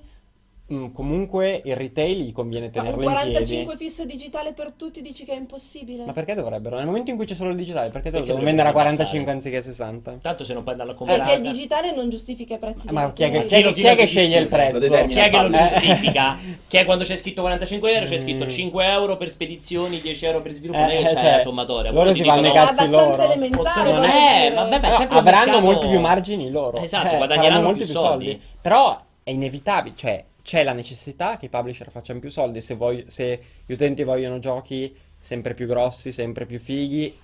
comunque il retail gli conviene Ma un tenerlo in 45 piedi. fisso digitale per tutti dici che è impossibile? Ma perché dovrebbero? Nel momento in cui c'è solo il digitale, perché te lo Perché devono vendere a dovrebbero 45 abbassare? anziché 60? Tanto se non puoi andarlo a comprare. Perché il digitale non giustifica i prezzi di Ma chi è che, retail. chi è che sceglie il prezzo? Lo determina Chi è che lo Paolo. giustifica? Che è quando c'è scritto 45 euro, c'è scritto 5 euro per spedizioni, 10 euro per sviluppo, non è che c'è cioè, la sommatoria. loro Poi si ti vanno i dicono, È cazzi abbastanza loro. elementare. non voglio è, dire. vabbè, ma è No, sempre un avranno mercato- molti più margini loro. Esatto, faranno guadagneranno molti più più soldi. Però è inevitabile, cioè c'è la necessità che i publisher facciano più soldi se gli utenti vogliono giochi sempre più grossi, sempre più fighi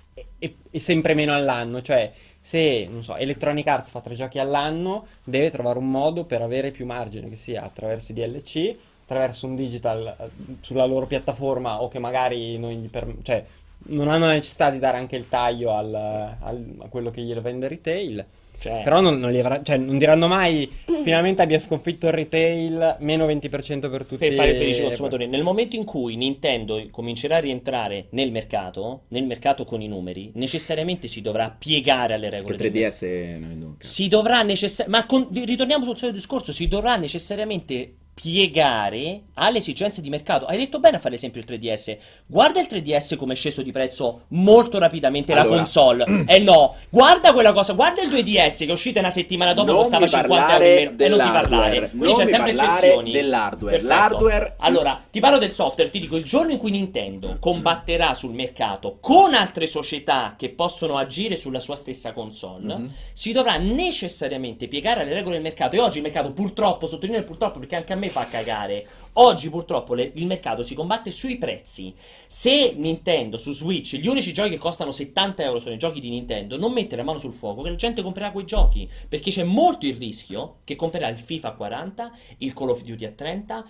e sempre meno all'anno. Cioè se, non so, Electronic Arts fa 3 giochi all'anno, deve trovare un modo per avere più margine, che sia attraverso i DLC, attraverso un digital sulla loro piattaforma, o che magari cioè, non hanno la necessità di dare anche il taglio a quello che glielo vende retail. Cioè, Però non non diranno mai finalmente abbia sconfitto il retail, meno 20% per tutti. per fare felici i consumatori. Nel momento in cui Nintendo comincerà a rientrare nel mercato con i numeri, necessariamente si dovrà piegare alle regole Che del 3DS non vendo un cazzo. Si dovrà necessariamente, ma ritorniamo sul solito discorso, si dovrà necessariamente piegare alle esigenze di mercato. Hai detto bene a fare esempio il 3DS. Guarda il 3DS come è sceso di prezzo molto rapidamente la Allora. console. No, guarda quella cosa, guarda il 2DS che è uscito una settimana dopo, Non costava mi 50 euro in meno. E non ti parlare. dell'hardware, Quindi non c'è mi sempre parlare eccezioni. dell'hardware. Perfetto. L'hardware- Allora, ti parlo del software, ti dico il giorno in cui Nintendo combatterà sul mercato con altre società che possono agire sulla sua stessa console, si dovrà necessariamente piegare alle regole del mercato. E oggi il mercato, purtroppo, sottolineo il purtroppo perché anche a me fa cagare, oggi purtroppo il mercato si combatte sui prezzi. Se Nintendo su Switch, gli unici giochi che costano 70 euro sono i giochi di Nintendo, non mette la mano sul fuoco che la gente comprerà quei giochi, perché c'è molto il rischio che comprerà il FIFA a 40, il Call of Duty a 30,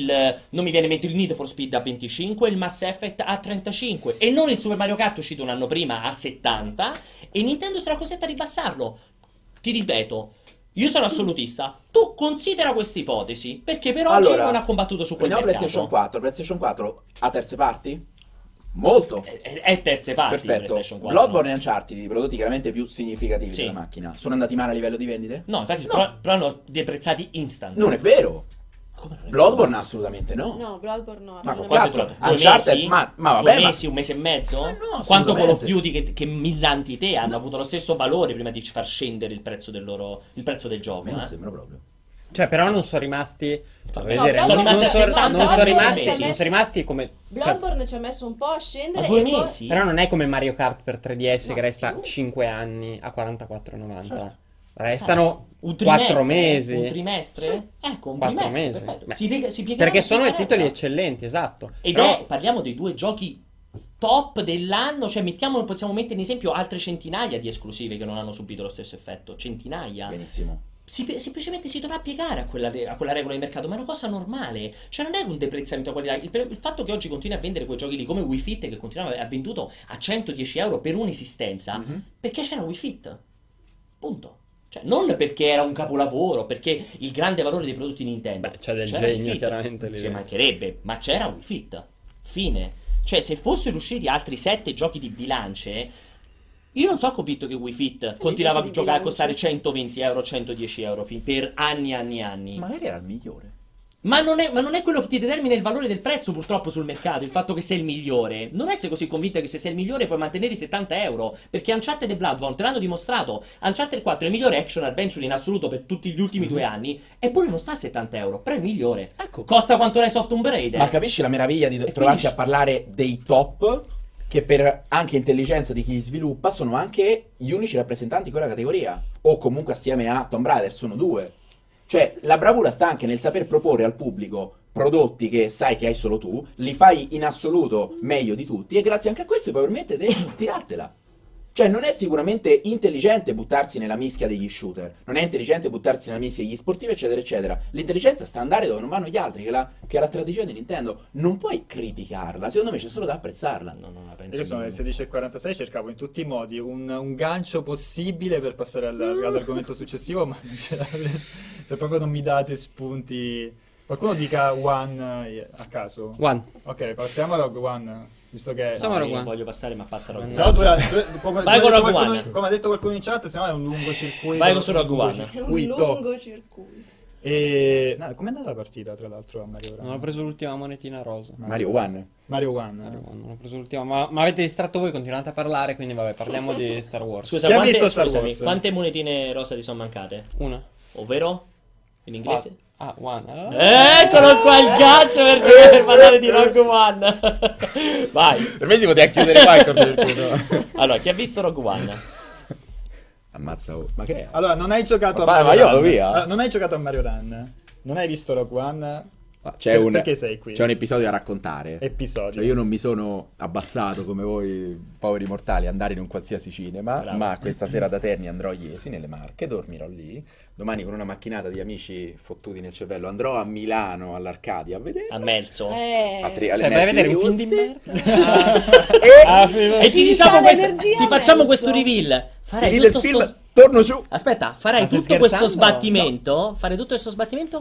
non mi viene in mente il Need for Speed a 25, il Mass Effect a 35 e non il Super Mario Kart uscito un anno prima a 70, e Nintendo sarà costretta a ribassarlo. Ti ripeto, io sono assolutista. Tu considera questa ipotesi, perché per oggi non ha combattuto su quel prendiamo mercato. PlayStation 4 a terze parti? Molto. È terze parti di Perfetto. PlayStation 4. Bloodborne e Uncharted, i prodotti chiaramente più significativi Sì. della macchina, sono andati male a livello di vendite? No, infatti, No. però hanno deprezzati instant. Non è vero. Come non è Bloodborne assolutamente no. No, Bloodborne no. Ma ragione Quanto è Cazzo, durato? 2 Uncharted, mesi? ma vabbè, 2 ma- mesi, un mese e mezzo? Ma no, Quanto Call of assolutamente. Duty che millanti te hanno avuto lo stesso valore prima di far scendere il prezzo del gioco, A me non eh? sembra proprio. Cioè, però non sono rimasti. Vabbè, No, vedere, sono rimasti non a 70, non sono no, rimasti, c'è non messo- sono rimasti come. Cioè, Bloodborne ci ha messo un po' a scendere. Ma 2 e poi- mesi? però non è come Mario Kart per 3DS No, che resta più. 5 anni a 44,90. Certo. Restano Un trimestre? 4 mesi. Un trimestre? Ecco, un 4 trimestre, mesi. perfetto. Beh, Si piegheranno perché alla sono stessa titoli regola. eccellenti, esatto. Ed Però- parliamo dei 2 giochi top dell'anno, cioè possiamo mettere in esempio altre centinaia di esclusive che non hanno subito lo stesso effetto, centinaia. Benissimo. Semplicemente si dovrà piegare a quella regola di mercato, ma è una cosa normale, cioè non è un deprezzamento a qualità. Il fatto che oggi continui a vendere quei giochi lì come Wii Fit, che continuava a venduto a 110 euro per un'esistenza, perché c'era Wii Fit, punto. Cioè, non perché era un capolavoro, perché il grande valore dei prodotti Nintendo. Beh, c'è del C'era genio, Wii Fit, chiaramente, lì ci dentro. mancherebbe, ma c'era Wii Fit, fine. Cioè, se fossero usciti altri 7 giochi di bilance, io non sono convinto che Wii Fit continuava a di giocare a bilance? costare 120 euro, 110 euro per anni e anni e anni. Magari era il migliore. Ma non è quello che ti determina il valore del prezzo, purtroppo, sul mercato, il fatto che sei il migliore. Non essere così convinta che se sei il migliore puoi mantenere i 70 euro, perché Uncharted e Bloodborne te l'hanno dimostrato. Uncharted 4 è il migliore action adventure in assoluto per tutti gli ultimi 2 anni, eppure non sta a 70 euro, però è il migliore. Ecco. Costa quanto Rise of Tomb Raider. Ma capisci la meraviglia di trovarci quindi- a parlare dei top, che per anche intelligenza di chi li sviluppa sono anche gli unici rappresentanti di quella categoria, o comunque assieme a Tomb Raider sono 2. Cioè la bravura sta anche nel saper proporre al pubblico prodotti che sai che hai solo tu, li fai in assoluto meglio di tutti, e grazie anche a questo ti puoi permettere di tirartela. Cioè, non è sicuramente intelligente buttarsi nella mischia degli shooter, non è intelligente buttarsi nella mischia degli sportivi, eccetera, eccetera. L'intelligenza sta andare dove non vanno gli altri, che è la strategia di Nintendo. Non puoi criticarla, secondo me c'è solo da apprezzarla. No, non la penso. Io sono alle 16:46, cercavo in tutti i modi un gancio possibile per passare all'argomento successivo, ma non ce la riesco. Se proprio non mi date spunti. Qualcuno dica One a caso. One. Ok, passiamo a Rogue One. Visto che Passiamo a Rogue Io One. voglio passare, ma passa Rogue se no One. come con Rogue qualcuno- One. come ha detto qualcuno in chat, se no è un lungo circuito. Vai su Rogue un lungo One. È un circuito. lungo circuito. E com'è andata la partita, tra l'altro, a Mario Run? Non ho preso l'ultima monetina rosa. Mario One. Mario One. Non ho preso l'ultima, ma avete distratto voi, continuate a parlare, quindi vabbè, parliamo di Star Wars. Scusa, Chi ha visto Star scusami, Wars? quante monetine rosa ti sono mancate? Una. Ovvero? In inglese? One. Eccolo qua il gancio per parlare di Rogue One. Vai. Per me si poteva chiudere qua il cortocircuito. Allora, chi ha visto Rogue One? Ammazza, oh. Ma che è? Allora, non hai giocato Ma a io vado Run. via. Allora, non hai giocato a Mario Run. Non hai visto Rogue One. Perché sei qui? C'è un episodio da raccontare. Episodio. Cioè, io non mi sono abbassato come voi, poveri mortali, andare in un qualsiasi cinema. Bravo. Ma questa sera da Terni andrò a Iesi, nelle Marche, dormirò lì. Domani con una macchinata di amici fottuti nel cervello andrò a Milano all'Arcadia a vedere. A Melzo. Alle Cioè, vai a vedere un film di Rizzi. merda? E ti diciamo Dà questo, l'energia ti a facciamo Melzo. questo reveal. Farai Finito il tutto film, sto... torno giù. Aspetta, farai Ma stai tutto questo scherzando? sbattimento. Fare tutto questo sbattimento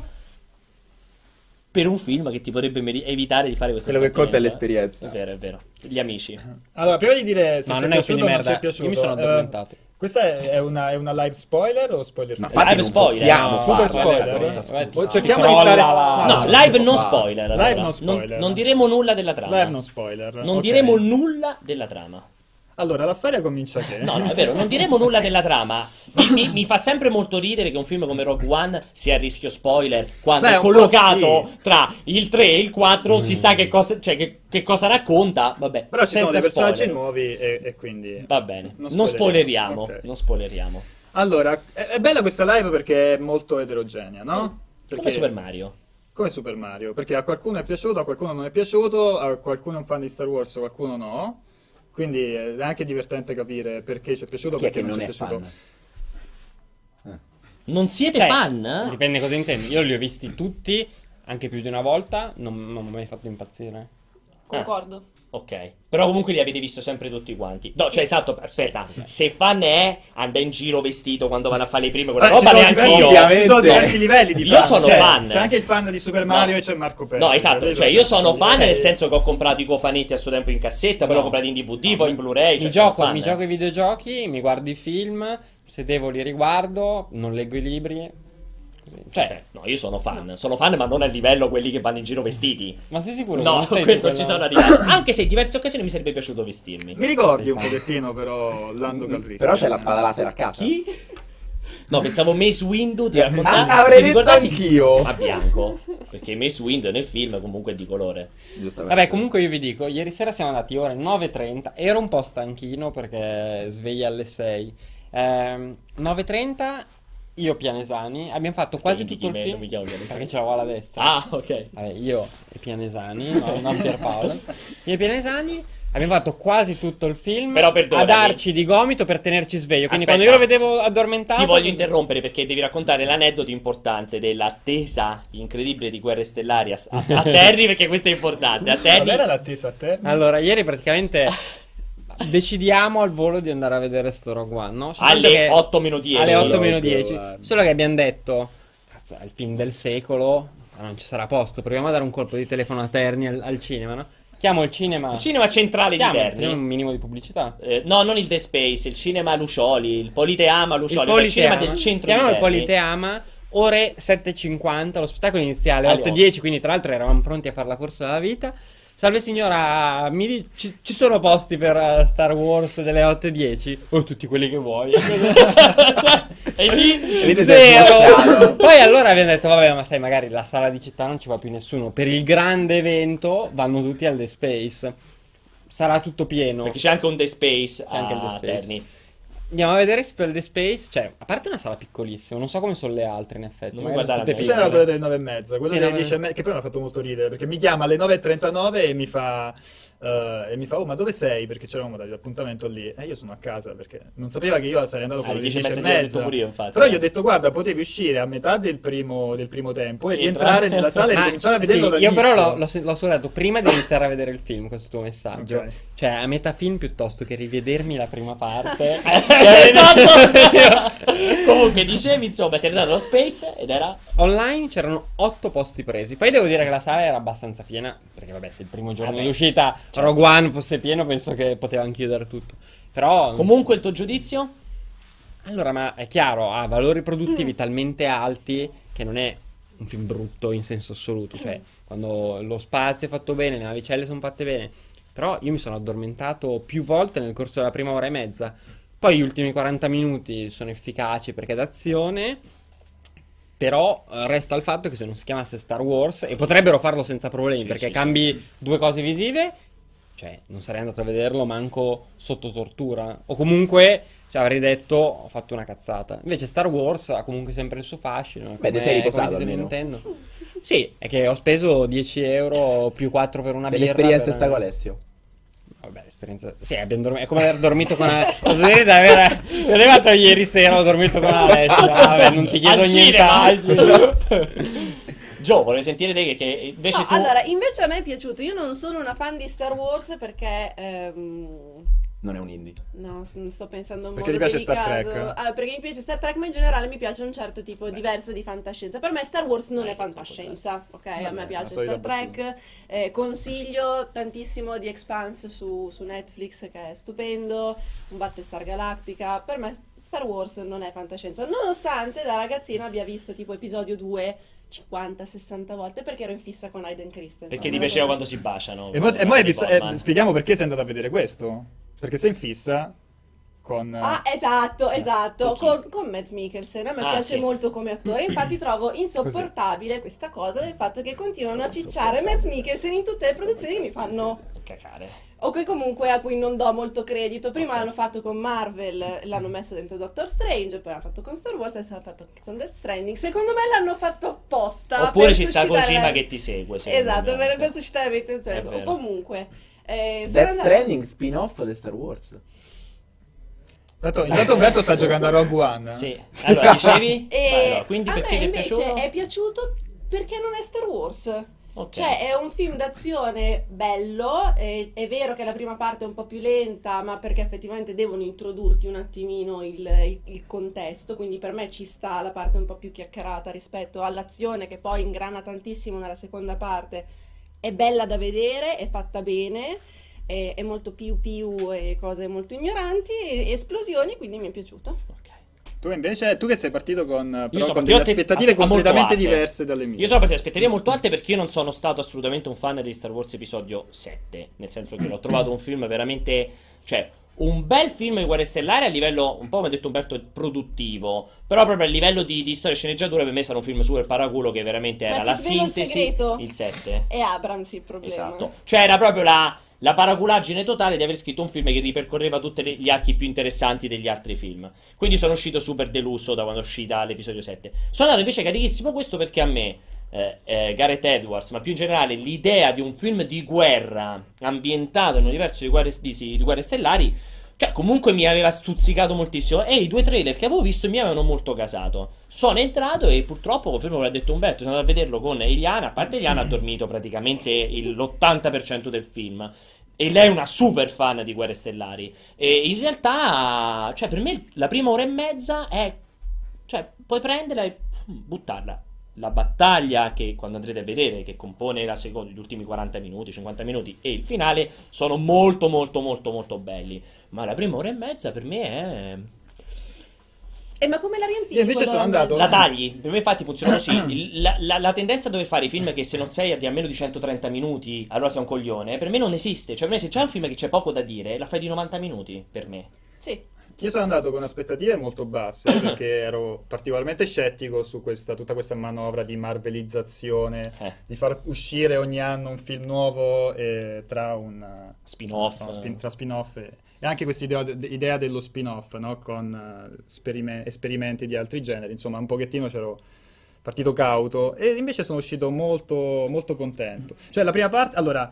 per un film che ti potrebbe evitare di fare questo Quello che conta è sbattimento. l'esperienza. È vero, è vero. Gli amici. Allora, prima di dire se No, ci non è è un film piaciuto di o non ci è merda. piaciuto, Io mi sono addormentato. Questa è una live spoiler o spoiler? Ma free? infatti Live non spoiler, possiamo no, farla super questa spoiler. cosa, scusa. O cerchiamo di Crolla stare la- No, ce live lo non può fare. spoiler. allora. Live non spoiler. Non diremo nulla della trama. Live non spoiler. Non ok. diremo nulla della trama. Allora, la storia comincia che No, è vero, non diremo nulla della trama. Mi fa sempre molto ridere che un film come Rogue One sia a rischio spoiler quando Beh, è un po' collocato sì. tra il 3 e il 4 si sa che cosa, cioè, che cosa racconta. Vabbè, Però ci sono senza dei personaggi spoiler. nuovi e quindi... Va bene, Non non spoileriamo. spoileriamo. Ok. Non spoileriamo. Allora, è bella questa live perché è molto eterogenea, no? Perché... Come Super Mario. Come Super Mario, perché a qualcuno è piaciuto, a qualcuno non è piaciuto, a qualcuno è un fan di Star Wars, a qualcuno no. Quindi è anche divertente capire perché ci è piaciuto, Chi è perché che non non ci è è piaciuto. fan? Non siete Cioè, fan? Dipende cosa intendi. Io li ho visti tutti, anche più di una volta, non mi hanno mai fatto impazzire. Concordo. Ok, però comunque li avete visto sempre tutti quanti. No, cioè esatto, aspetta, se fan è, anda in giro vestito quando vanno a fare le prime, quella roba neanche io. ovviamente. Ci sono diversi livelli di Io fan. sono Cioè, fan. C'è anche il fan di Super Mario No. e c'è Marco Perez. No, esatto, cioè io sono fan nel senso che ho comprato i cofanetti a suo tempo in cassetta, poi No. l'ho comprati in DVD, poi in Blu-ray, cioè Mi sono gioco, fan. mi gioco ai videogiochi, mi guardo i film, se devo li riguardo, non leggo i libri. Così. Cioè, No, io sono fan, ma non a livello quelli che vanno in giro vestiti. ma sei sicuro? che No, non sei quello di quella- ci sono arrivato. Anche se in diverse occasioni mi sarebbe piaciuto vestirmi. Mi ricordi Sei un fan. pochettino però Lando Calrissian. Però c'è la spada laser a casa. Chi? No, pensavo Mace Windu ti Ah, raccontavi. avrei ti detto ricordassi? anch'io. A bianco. Perché Mace Windu nel film comunque è di colore. Giustamente. Vabbè, comunque io vi dico, ieri sera siamo andati ore 9:30, ero un po' stanchino perché sveglia alle 6. 9:30, io Pianesani, abbiamo fatto quasi Quindi tutto il chi me- film. non mi chiamo Pianesani. Perché ce l'avevo alla destra. Ah, ok. Vabbè, io e Pianesani, no, non Pierpaolo. Io e Pianesani abbiamo fatto quasi tutto il film Però a perdonami. darci di gomito per tenerci sveglio. Quindi Aspetta. quando io lo vedevo addormentato... Ti voglio interrompere perché devi raccontare l'aneddoto importante dell'attesa incredibile di Guerre Stellari a Terry, perché questo è importante. A Terry. Qual era l'attesa a te? Allora, ieri praticamente decidiamo al volo di andare a vedere sto Rogue One, no? Alle Che- 8:10. Alle 8 meno Rogue 10. One. Solo che abbiamo detto, cazzo, è il film del secolo, ma non ci sarà posto. Proviamo a dare un colpo di telefono a Terni al cinema, no? Chiamo il cinema. Il cinema centrale di Teniamo un Terni. minimo di pubblicità. No, non il The Space, il cinema Lucioli, il Politeama Lucioli, Il il cinema Politeama. del centro Chiamiamo di il Terni. Politeama. Ore 7:50, lo spettacolo iniziale Alle 8:10, quindi tra l'altro eravamo pronti a fare la corsa della vita. Salve signora, ci sono posti per Star Wars delle 8:10? O tutti quelli che vuoi. E lì Lì ti sei Zero. sbocciato. Poi allora abbiamo detto, vabbè, ma sai, magari la sala di città non ci va più nessuno. Per il grande evento vanno tutti al The Space. Sarà tutto pieno. perché c'è anche un The Space C'è anche il The a Space. Terni. Andiamo a vedere Story the Space. Cioè, a parte una sala piccolissima, non so come sono le altre in effetti. Non mi magari guardare tutte a me, Questa era piccole. quella delle 9:30, quella Sì, delle 9:30. 10:30, che poi mi ha fatto molto ridere, perché mi chiama alle 9:39 e mi fa, oh, ma dove sei? Perché c'eravamo dato l'appuntamento lì. E io sono a casa, perché non sapeva che io sarei andato con Alle le 10:30 10:30. l'ho detto pure io, infatti. Però gli ho detto, guarda, potevi uscire a metà del primo tempo e rientrare nella sala e Ma ricominciare a sì, vederlo io dall'inizio. però l'ho ascoltato prima di iniziare a vedere il film, questo tuo messaggio. Ok. Cioè, a metà film piuttosto che rivedermi la prima parte. Esatto. Comunque dicevi, insomma, sei arrivato allo Space ed era Online c'erano 8 posti presi. Poi devo dire che la sala era abbastanza piena. Perché, vabbè, se il primo giorno Vabbè, di uscita Rogue One fosse pieno, penso che potevano chiudere tutto. Però. comunque il tuo giudizio? Allora, ma è chiaro, ha valori produttivi talmente alti che non è un film brutto in senso assoluto. Cioè, quando lo spazio è fatto bene, le navicelle sono fatte bene. Però io mi sono addormentato più volte nel corso della prima ora e mezza. Poi gli ultimi 40 minuti sono efficaci perché è d'azione. Però resta il fatto che se non si chiamasse Star Wars, e potrebbero farlo senza problemi, Sì, perché sì, cambi due cose visive, cioè non sarei andato a vederlo manco sotto tortura. O comunque cioè, avrei detto ho fatto una cazzata. Invece Star Wars ha comunque sempre il suo fascino. Beh, ti sei riposato almeno. Nintendo. Sì, è che ho speso 10 euro più 4 per una birra. Dell'esperienza per- sta con Alessio. Vabbè, l'esperienza. Sì, è come aver dormito con Posso dire di aver. Io ho fatto ieri sera, ho dormito con Alessio. Vabbè, non ti chiedo Al nient'altro. Gio, volevo sentire te che invece No, tu allora, invece a me è piaciuto. Io non sono una fan di Star Wars perché Non è un indie. no, sto pensando a un Perché modo ti piace Star delicato. Trek? Ah, perché mi piace Star Trek, ma in generale mi piace un certo tipo diverso di fantascienza. Per me Star Wars non è fantascienza, ok? A me piace la solita Star Trek. Consiglio tantissimo di Expanse su Netflix, che è stupendo. Un Battlestar Galactica. Per me Star Wars non è fantascienza, nonostante da ragazzina abbia visto tipo episodio 2 50-60 volte perché ero in fissa con Hayden Christensen. perché ti piaceva quando si baciano. E mo Natalie Portman. spieghiamo perché sei andato a vedere questo. Perché sei in fissa con... Ah, esatto. Con chi? Con Mads Mikkelsen. A me Ah, piace sì. molto come attore. Infatti trovo insopportabile questa cosa del fatto che continuano a cicciare Mads Mikkelsen in tutte le produzioni che mi fanno... Cacare. O che comunque a cui non do molto credito. Prima Ok. l'hanno fatto con Marvel, l'hanno messo dentro Doctor Strange, poi l'hanno fatto con Star Wars, adesso l'hanno fatto anche con Death Stranding. Secondo me l'hanno fatto apposta. Oppure per ci sta suscitare Kojima la- che ti segue. secondo Esatto, me. per suscitare la mia attenzione. È vero. Comunque... sono Death andata- Stranding spin-off di Star Wars. Intanto Umberto sta giocando a Rogue One. Sì. Allora, dicevi? E Vai, allora, quindi a perché me ti è invece piaciuto? è piaciuto perché non è Star Wars. Ok. Cioè, è un film d'azione bello, è vero che la prima parte è un po' più lenta, ma perché effettivamente devono introdurti un attimino il contesto, quindi per me ci sta la parte un po' più chiacchierata rispetto all'azione che poi ingrana tantissimo nella seconda parte. È bella da vedere, è fatta bene, è molto più e cose molto ignoranti, e esplosioni, quindi mi è piaciuto. Ok. Tu invece, tu che sei partito con, però sono con partito delle aspettative a molto completamente alte. diverse dalle mie. Io sono partito da aspettative molto alte perché io non sono stato assolutamente un fan di Star Wars episodio 7. Nel senso che l'ho trovato un film veramente. Cioè, un bel film di Guerre Stellari a livello, un po' come ha detto Umberto, produttivo. Però proprio a livello di storia e sceneggiatura per me sarà un film super paraculo che veramente Ma era ti la svelo il sintesi. segreto? Il 7. È Abrams il problema. Esatto. Cioè era proprio la paraculaggine totale di aver scritto un film che ripercorreva tutti gli archi più interessanti degli altri film. Quindi sono uscito super deluso da quando è uscita l'episodio 7. Sono andato invece carichissimo questo perché a me Gareth Edwards, ma più in generale l'idea di un film di guerra ambientato nell'universo di Guerre Stellari, cioè comunque mi aveva stuzzicato moltissimo. E i due trailer che avevo visto mi avevano molto casato. Sono entrato e purtroppo, confermo quello che ha detto Umberto, sono andato a vederlo con Eliana. A parte Eliana ha dormito praticamente l'80% del film. E lei è una super fan di Guerre Stellari. E in realtà, cioè per me la prima ora e mezza è... Cioè, puoi prenderla e buttarla. La battaglia che quando andrete a vedere, che compone la seconda, gli ultimi 40 minuti, 50 minuti e il finale sono molto molto molto molto belli. Ma la prima ora e mezza per me è... Ma come la riempivi? Io invece sono andato- La tagli, per me infatti funziona così. La tendenza a dover fare i film che se non sei di almeno di 130 minuti, allora sei un coglione, per me non esiste. Cioè per me se c'è un film che c'è poco da dire, la fai di 90 minuti, per me. Sì. Io sono andato con aspettative molto basse perché ero particolarmente scettico su tutta questa manovra di marvelizzazione, di far uscire ogni anno un film nuovo tra spin-off, tra spin-off e anche questa idea dello spin-off, no? Con esperimenti di altri generi, insomma un pochettino c'ero partito cauto e invece sono uscito molto, molto contento. Cioè la prima parte, allora,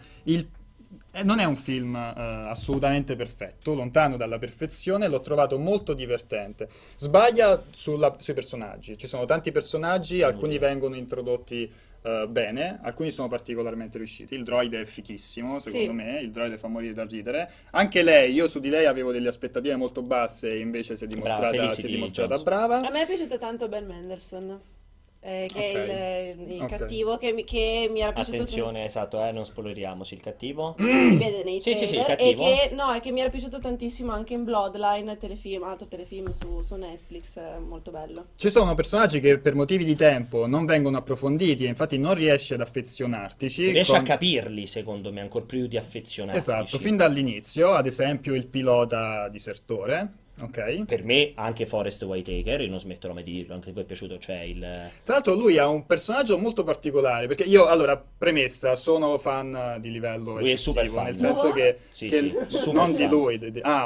non è un film assolutamente perfetto, lontano dalla perfezione, l'ho trovato molto divertente. Sbaglia sui personaggi, ci sono tanti personaggi, alcuni vengono introdotti bene, alcuni sono particolarmente riusciti. Il droide è fichissimo, secondo me, il droide fa morire da ridere. Anche lei, io su di lei avevo delle aspettative molto basse e invece si è dimostrata brava. A me è piaciuto tanto Ben Mendelsohn. Che è il cattivo che mi era piaciuto. Attenzione, esatto, non spoileriamoci il cattivo. Si vede nei trailer. Sì, il cattivo. E che mi era piaciuto tantissimo anche in Bloodline, altro telefilm su Netflix, molto bello. Ci sono personaggi che per motivi di tempo non vengono approfonditi e infatti non riesci ad affezionartici. Riesci a capirli, secondo me, ancora più di affezionartici. Esatto, fin dall'inizio, ad esempio il pilota disertore. Ok. Per me anche Forrest Whitaker, io non smetterò mai di dirlo, anche a voi è piaciuto, cioè Tra l'altro lui ha un personaggio molto particolare, perché io, allora, premessa, sono fan di livello lui eccessivo, è super fan. nel senso che super non fan. di lui,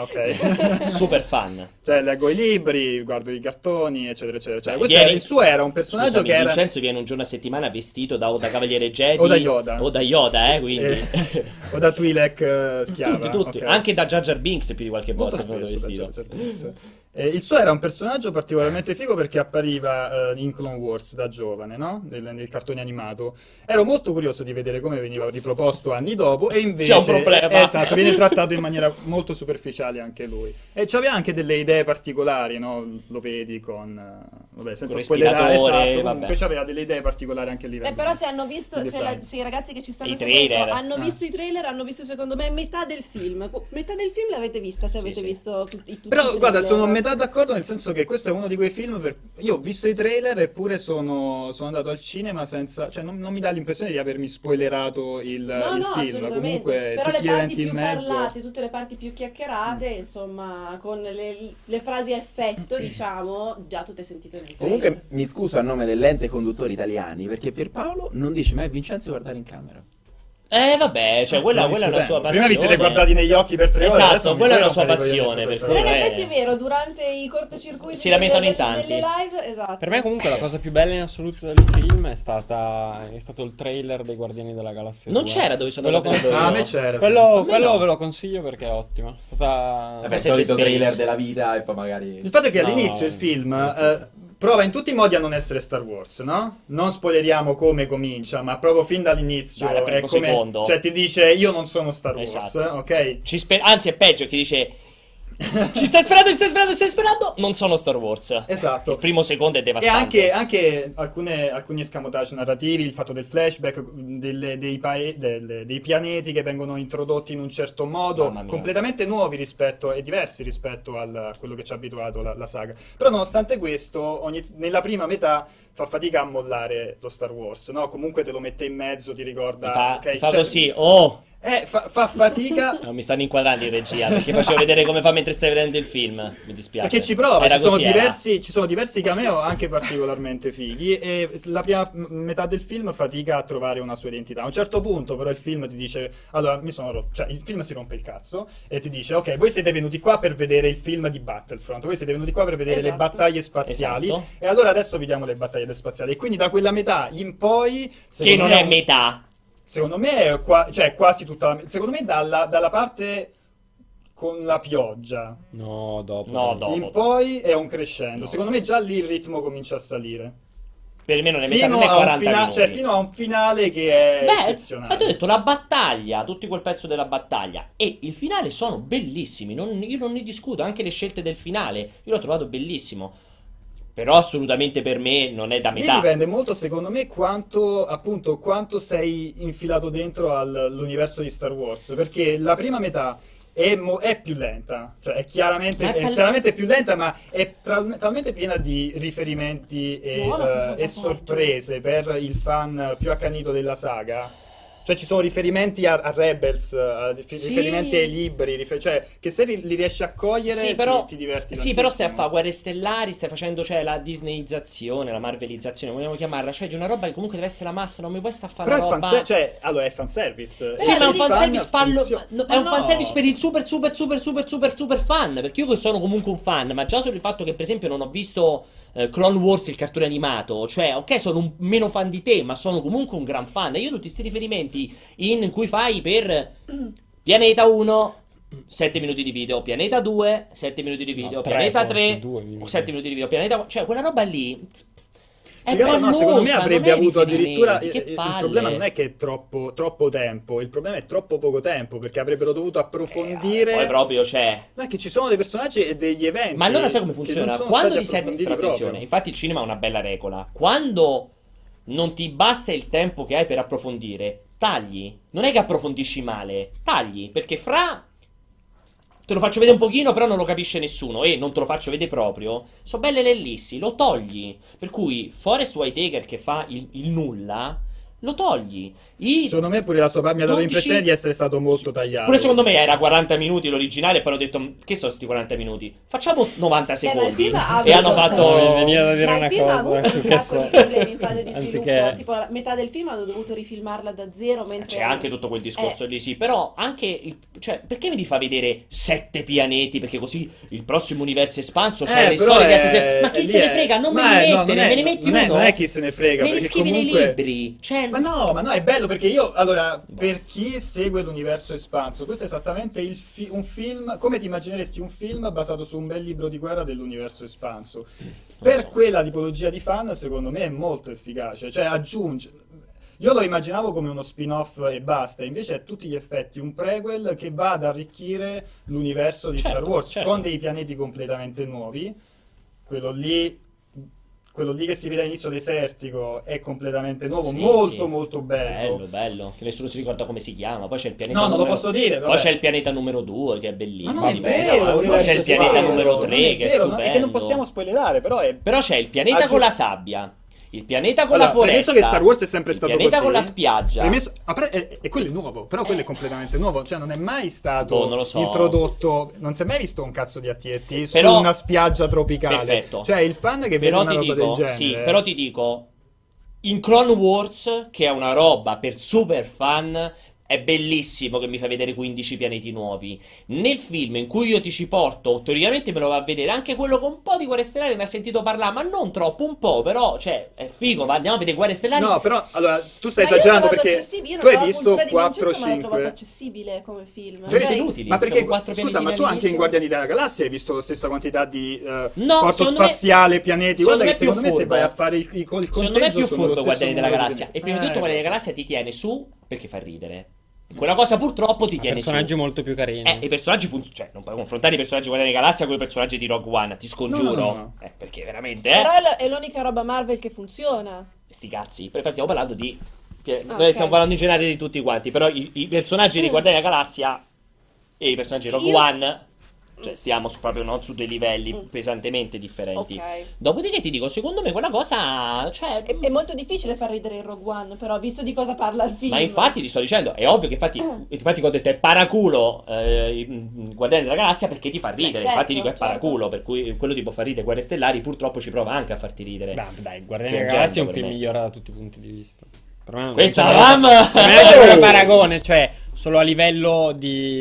ok. Super fan. Cioè, leggo i libri, guardo i cartoni, eccetera, eccetera. Cioè, il suo era un personaggio scusami, che era... Vincenzo viene un giorno a settimana vestito da Cavaliere Jedi o da Yoda. O da Yoda, quindi... o da Twi'lek schiava. Tutti. Okay. Anche da Jar Jar Binks più di qualche Molto volta venuto spesso vestito. da Jar Jar Binks. Il suo era un personaggio particolarmente figo perché appariva in Clone Wars da giovane, no? Nel cartone animato. Ero molto curioso di vedere come veniva riproposto anni dopo e invece... C'è un problema! Esatto, viene trattato in maniera molto superficiale anche lui. E c'aveva anche delle idee particolari, no? Lo vedi con... vabbè, senza spoilerare, esatto, comunque c'aveva delle idee particolari anche a livello però se hanno visto, se i ragazzi che ci stanno seguendo hanno visto i trailer, hanno visto secondo me metà del film. Metà del film l'avete vista, se avete visto tutti però i guarda, sono a trailer. metà d'accordo, nel senso che questo è uno di quei film io ho visto i trailer eppure sono andato al cinema senza, cioè non mi dà l'impressione di avermi spoilerato il film. Comunque però tutti le gli parti eventi più in mezzo parlate, tutte le parti più chiacchierate, insomma, con le frasi a effetto, diciamo, già tutte sentite nel trailer. Comunque mi scuso a nome dell'ente conduttori italiani perché Pierpaolo non dice mai a Vincenzo guardare in camera. Vabbè, cioè quella è una sua passione. Prima vi siete guardati negli occhi per 3 ore. Esatto, quella è una sua passione. Per cui in effetti è vero, durante i cortocircuiti si lamentano in tanti. delle live, esatto. Per me comunque la cosa più bella in assoluto del film è stato il trailer dei Guardiani della Galassia 2. Non c'era dove sono andato a a me c'era. Quello no. ve lo consiglio perché è ottimo. È stata... Vabbè, il solito trailer della vita e poi magari... Il fatto è che all'inizio il film prova in tutti i modi a non essere Star Wars, no? Non spoileriamo come comincia, ma proprio fin dall'inizio Dal primo è come, secondo. cioè ti dice io non sono Star Wars, Esatto. ok? Anzi è peggio, chi dice ci stai sperando, non sono Star Wars. Esatto. Il primo secondo è devastante. E anche alcuni escamotage narrativi, il fatto del flashback, dei pianeti che vengono introdotti in un certo modo, completamente nuovi e diversi rispetto a quello che ci ha abituato la saga. Però nonostante questo, nella prima metà fa fatica a mollare lo Star Wars, no? Comunque te lo mette in mezzo, ti ricorda... Ti fa così, oh! Fa fatica. Non mi stanno inquadrando in regia perché facevo vedere come fa mentre stai vedendo il film. Mi dispiace. Perché ci prova, Era ci sono diversi cameo anche particolarmente fighi. E la prima metà del film fatica a trovare una sua identità. A un certo punto, però, il film ti dice: allora, mi sono rotto. Cioè, il film si rompe il cazzo e ti dice: ok, voi siete venuti qua per vedere il film di Battlefront, voi siete venuti qua per vedere le battaglie spaziali. Esatto. E allora adesso vediamo le battaglie spaziali. E quindi da quella metà in poi. Che non è metà. Secondo me è quasi tutta secondo me dalla parte con la pioggia dopo. poi è un crescendo. Secondo me già lì il ritmo comincia a salire. Per me non è metà, per me è 40 minuti. Cioè fino a un finale che è eccezionale. Ti ho detto, la battaglia, tutti quel pezzo della battaglia e il finale sono bellissimi, io non ne discuto, anche le scelte del finale, io l'ho trovato bellissimo. Però assolutamente per me non è da metà. Dipende molto, secondo me, quanto sei infilato dentro all'universo di Star Wars. Perché la prima metà è più lenta. Cioè è chiaramente più lenta, ma è talmente piena di riferimenti e sorprese per il fan più accanito della saga. Cioè ci sono riferimenti a Rebels, Sì. riferimenti ai libri, cioè che se li riesci a cogliere Sì, però, ti diverti sì, però stai a tantissimo. fare Guerre Stellari, stai facendo, cioè, la disneyizzazione, la marvelizzazione, vogliamo chiamarla, cioè di una roba che comunque deve essere la massa, non mi puoi stare a fare Però una è roba... cioè, allora è fanservice. Sì, ma è un Per i fanservice fan fallo. funziona. È un Ma fanservice no. per il super fan. Perché io che sono comunque un fan, ma già solo il fatto che, per esempio, non ho visto Clone Wars, il cartone animato. Cioè, ok, sono un meno fan di te, ma sono comunque un gran fan. E io tutti questi riferimenti in cui fai per Pianeta 1. 7 minuti di video, Pianeta 2, 7 minuti di video, No, tre, Pianeta forse, 3, due, mi 7 minuti di video, Pianeta... Cioè, quella roba lì è Più che altro, no, secondo me pannosa, avrebbe non è avuto addirittura riferimenti, che il palle. problema non è che è troppo tempo, il problema è troppo poco tempo, perché avrebbero dovuto approfondire. Poi proprio c'è... No, è che ci sono dei personaggi e degli eventi. Ma allora sai come che non funziona? sono Quando stati ti serve... approfonditi Però attenzione, proprio. infatti il cinema ha una bella regola. Quando non ti basta il tempo che hai per approfondire, tagli. Non è che approfondisci male, tagli. Perché fra... Te lo faccio vedere un pochino, però non lo capisce nessuno. E non te lo faccio vedere proprio. So belle lellissi, lo togli. Per cui Forest Whitaker che fa il nulla, lo togli. Secondo me pure la sua mi ha dato 12 l'impressione di essere stato molto tagliato. Pure secondo me era 40 minuti l'originale, e poi ho detto, che sono sti 40 minuti? Facciamo 90 ma il secondi. film ha E hanno avuto- fatto... mi veniva da dire Ma il una film ha cosa avuto su un che sacco di so. problemi in fase di sviluppo, Anziché... tipo la metà del film hanno dovuto rifilmarla da zero, mentre C'è anche tutto quel discorso lì, sì. Però anche... cioè, perché mi ti fa vedere 7 pianeti? Perché così il prossimo universo espanso c'è le però storie di è- altre serie. Ma chi lì se ne è- frega? Non me ma li no, mettere, me ne metti uno. non è chi se ne frega, Me li perché scrivi comunque... nei libri. Cioè... Ma no, è bello perché io, allora, per chi segue l'universo espanso, questo è esattamente un film, come ti immagineresti un film basato su un bel libro di guerra dell'universo espanso. Per so. quella tipologia di fan, secondo me è molto efficace, cioè aggiunge... Io lo immaginavo come uno spin-off e basta, invece è a tutti gli effetti un prequel che va ad arricchire l'universo di Certo, Star Wars certo. con dei pianeti completamente nuovi. Quello lì che si vede all'inizio desertico è completamente nuovo, Sì, molto sì. molto bello. Bello. Che nessuno si ricorda come si chiama. Poi c'è il pianeta No, non lo numero... posso dire, Poi vabbè. c'è il pianeta numero 2 che è Ma bellissimo. non è Sì, vero, no, Poi universo c'è il pianeta spazio, numero non 3 non è che è vero, stupendo. è che non possiamo spoilerare, però è... Però c'è il pianeta con la sabbia, il pianeta con Allora, la foresta, premesso che Star Wars è sempre il stato pianeta così, con la spiaggia. e quello è nuovo, però quello è completamente nuovo, cioè non è mai stato Boh, non lo so. introdotto, non si è mai visto un cazzo di AT&T Però- su una spiaggia tropicale. Perfetto. Cioè il fan che vede Però una ti roba dico, del genere. sì, però ti dico, in Clone Wars, che è una roba per super fan, è bellissimo che mi fai vedere 15 pianeti nuovi. Nel film in cui io ti ci porto, teoricamente me lo va a vedere anche quello con un po' di Guerre Stellari, ne ha sentito parlare, ma non troppo, un po', però, cioè, è figo, andiamo a vedere Guerre Stellari. No, però allora tu stai Ma io l'ho esagerando trovato perché accessibile, io tu hai non ho la visto cultura di 4 Vincenzo, ma l'ho trovato 5 accessibile come film. Dove Cioè, sei inutili? Ma perché, Cioè, con 4 scusa, pianeti ma tu anche in all'inizio. Guardiani della Galassia hai visto la stessa quantità di No, porto secondo me- spaziale, pianeti? secondo Guarda me che è più secondo me se furbo. vai a fare il conteggio Secondo me è più sono lo furbo stesso Guardiani della numero di Galassia. E pianeti. prima di tutto Guardiani della Galassia ti tiene su perché fa ridere. Quella cosa purtroppo ti tiene Personaggi su. molto più carini. I personaggi funzionano. Cioè, non puoi confrontare i personaggi di Guardiani della Galassia con i personaggi di Rogue One, ti scongiuro. No. Perché veramente, Però è l'unica roba Marvel che funziona. Sti cazzi. Però infatti stiamo parlando di... Noi ok. stiamo parlando in generale di tutti quanti. Però i personaggi di Guardiani della Galassia e i personaggi di Rogue Io- One... Cioè, stiamo proprio non su due livelli pesantemente differenti. Ok. Dopodiché ti dico, secondo me quella cosa... Cioè... È molto difficile far ridere il Rogue One, però, visto di cosa parla il film. Ma infatti ti sto dicendo, è ovvio che infatti che ho detto è paraculo Guardiani della Galassia perché ti fa ridere, certo, infatti dico è certo. paraculo, per cui quello ti può far ridere. Guerre Stellari purtroppo ci prova anche a farti ridere. Beh, dai, Guardiani Piangendo della Galassia è un per film me. migliore da tutti i punti di vista. Per me non Questa c'è è la neanche- RAM! per me non c'è neanche paragone, cioè solo a livello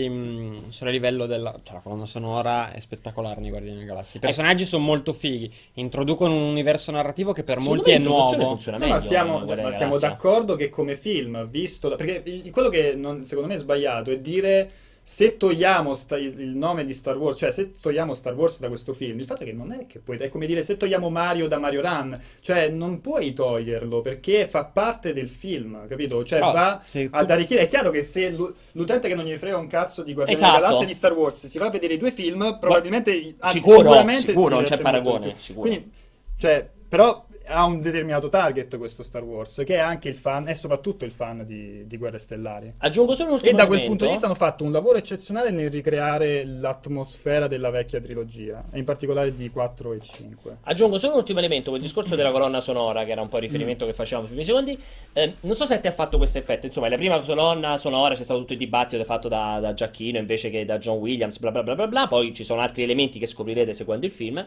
di solo a livello della cioè la colonna sonora è spettacolare nei Guardiani della Galassia. I personaggi sono molto fighi, introducono un universo narrativo che per Secondo molti me è l'introduzione nuovo. funziona No, meglio. ma siamo, Guardiani della siamo Galassia. d'accordo che come film, visto perché quello che secondo me è sbagliato è dire se togliamo il nome di Star Wars, cioè se togliamo Star Wars da questo film, il fatto è che non è che puoi, è come dire se togliamo Mario da Mario Run, cioè non puoi toglierlo perché fa parte del film, capito? Cioè Però va se tu- ad arricchire. È chiaro che se l'utente che non gli frega un cazzo di Guardiani Esatto. della Galassia e di Star Wars si va a vedere i due film, probabilmente, anzi, sicuro, sicuramente sicuro, si non c'è diverte molto paragone, di più. sicuro. Quindi, cioè, però ha un determinato target questo Star Wars, che è anche il fan, e soprattutto il fan di Guerre Stellari. Aggiungo solo un E ultimo da quel elemento. punto di vista hanno fatto un lavoro eccezionale nel ricreare l'atmosfera della vecchia trilogia, e in particolare di 4 e 5. Aggiungo solo un ultimo elemento, quel discorso della colonna sonora, che era un po' il riferimento che facevamo nei primi secondi. Non so se ti ha fatto questo effetto. Insomma, la prima colonna sonora c'è stato tutto il dibattito fatto da Giacchino invece che da John Williams, bla bla bla bla bla. Poi ci sono altri elementi che scoprirete seguendo il film.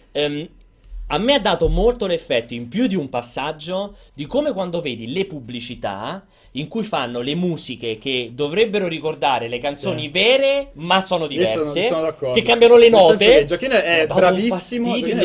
A me ha dato molto l'effetto, in più di un passaggio, di come quando vedi le pubblicità in cui fanno le musiche che dovrebbero ricordare le canzoni vere, ma sono diverse, sono d'accordo. che cambiano le Nel senso note. che Giacchino è Dato un bravissimo, fastidio Giacchino nei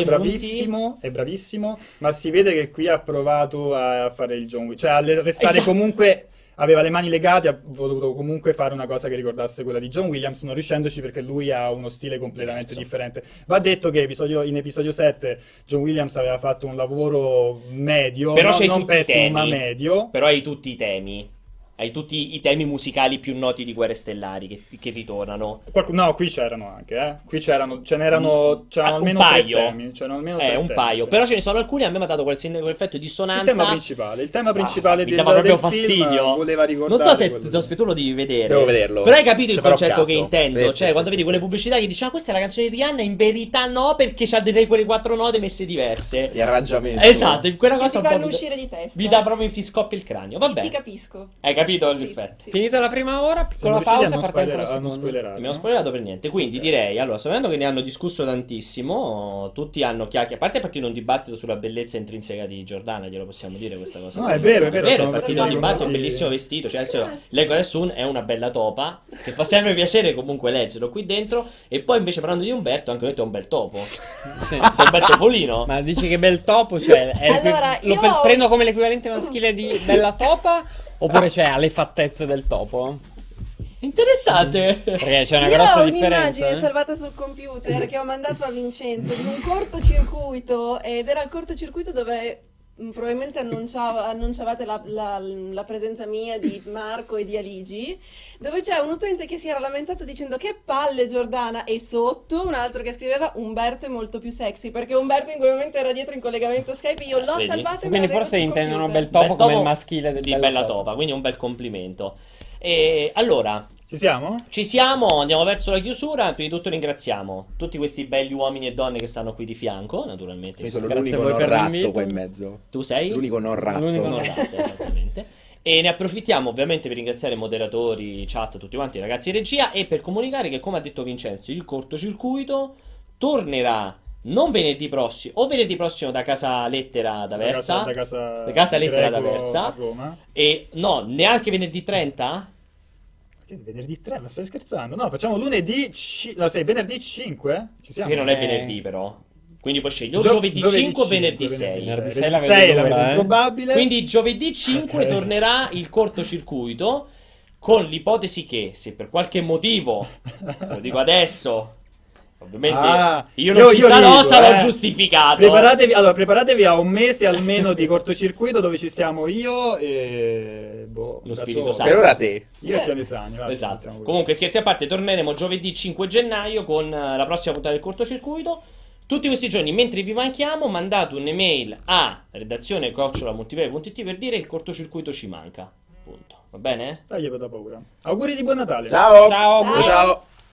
è bravissimo, ma si vede che qui ha provato a fare il John Wick, cioè a restare Esatto. comunque. Aveva le mani legate, ha voluto comunque fare una cosa che ricordasse quella di John Williams, non riuscendoci perché lui ha uno stile completamente differente. Va detto che in episodio 7 John Williams aveva fatto un lavoro medio, Però c'hai non tutti i pessimo, temi. ma medio. Però hai tutti i temi. Hai tutti i temi musicali più noti di Guerre Stellari che ritornano. No, qui c'erano anche, Qui c'erano c'erano almeno un tre paio. temi. C'erano almeno tre Un temi, paio. sì. Però ce ne sono alcuni. A me mi ha dato quell'effetto di Il dissonanza. tema principale mi del, dava proprio del film fastidio. voleva ricordare Non so se quello. Zospe, tu lo devi vedere. Devo vederlo. Però hai capito il Ci farò concetto che caso. intendo. Sì, Cioè, sì, quando sì, vedi sì. quelle pubblicità che dici, questa è la canzone di Rihanna, in verità no, perché c'ha quelle quattro note messe diverse. Gli arrangiamenti. Esatto, quella Che cosa ti un po' fanno uscire di testa. mi dà proprio in scoppia il cranio. Vabbè. Ti capisco. Hai capito Sì, l'effetto? sì. Finita la prima ora, piccola Siamo riusciti pausa e partiamo con la a non seconda. spoilerare. Abbiamo no? spoilerato per niente, quindi direi, allora, sto vedendo che ne hanno discusso tantissimo, tutti hanno chiacchiere, a parte è partito un dibattito sulla bellezza intrinseca di Giordana, glielo possiamo dire questa cosa. No, è vero, è vero, è sono partito un tutti dibattito, un argomenti- bellissimo vestito, cioè adesso leggo adesso è una bella topa, che fa sempre piacere comunque leggerlo qui dentro, e poi invece parlando di Umberto, anche detto è un bel topo, Sì. sei un bel topolino. Ma dici che bel topo, cioè Allora, io- prendo come l'equivalente maschile di bella topa oppure c'è alle fattezze del topo? Interessante. Perché c'è una Io grossa ho differenza. un'immagine salvata sul computer che ho mandato a Vincenzo di un cortocircuito, ed era il cortocircuito dove probabilmente annunciavate la presenza mia, di Marco e di Aligi, dove c'è un utente che si era lamentato dicendo che palle Giordana, e sotto un altro che scriveva Umberto è molto più sexy, perché Umberto in quel momento era dietro in collegamento Skype. Io l'ho Vedi? salvata e me Quindi la tengo forse sul intendono computer. bel topo Bel come topo il maschile del di bella bella topa. topa, quindi un bel complimento. E allora, Ci siamo? ci siamo, andiamo verso la chiusura. Prima di tutto ringraziamo tutti questi belli uomini e donne che stanno qui di fianco, naturalmente. Io sono Grazie l'unico a voi non per ratto l'invito. qua in mezzo. Tu sei? L'unico non ratto. L'unico Non ratte, esattamente. E ne approfittiamo ovviamente per ringraziare i moderatori, chat, tutti quanti, i ragazzi di regia, e per comunicare che, come ha detto Vincenzo, il cortocircuito tornerà non venerdì prossimo, o venerdì prossimo da Casa Lettera da Versa, Da Casa Lettera da Greco Versa, a Roma. e no, neanche venerdì 30? Che venerdì 3, ma stai scherzando? No, facciamo lunedì, no, sei venerdì 5? Ci siamo? Che non è venerdì però. Quindi puoi scegliere o Gio- giovedì 5 o venerdì 6. venerdì Venerdì 6 sei la la vedo vedo l'ora, improbabile. Quindi giovedì 5 Ok. tornerà il cortocircuito, con l'ipotesi che, se per qualche motivo, lo dico adesso, ovviamente io non ci sarò, rido, sarò giustificato. Preparatevi a un mese almeno di cortocircuito dove ci stiamo io e Lo da Spirito solo. Santo. Per ora te. Io e Pianesani, va, Esatto. mettiamo così. Comunque, scherzi a parte, torneremo giovedì 5 gennaio con la prossima puntata del cortocircuito. Tutti questi giorni, mentre vi manchiamo, mandate un'email a redazione@multiplayer.it per dire che il cortocircuito ci manca. Punto. Va bene? Dai, io vedo paura. Auguri di buon Natale. Ciao. Ciao. Ciao.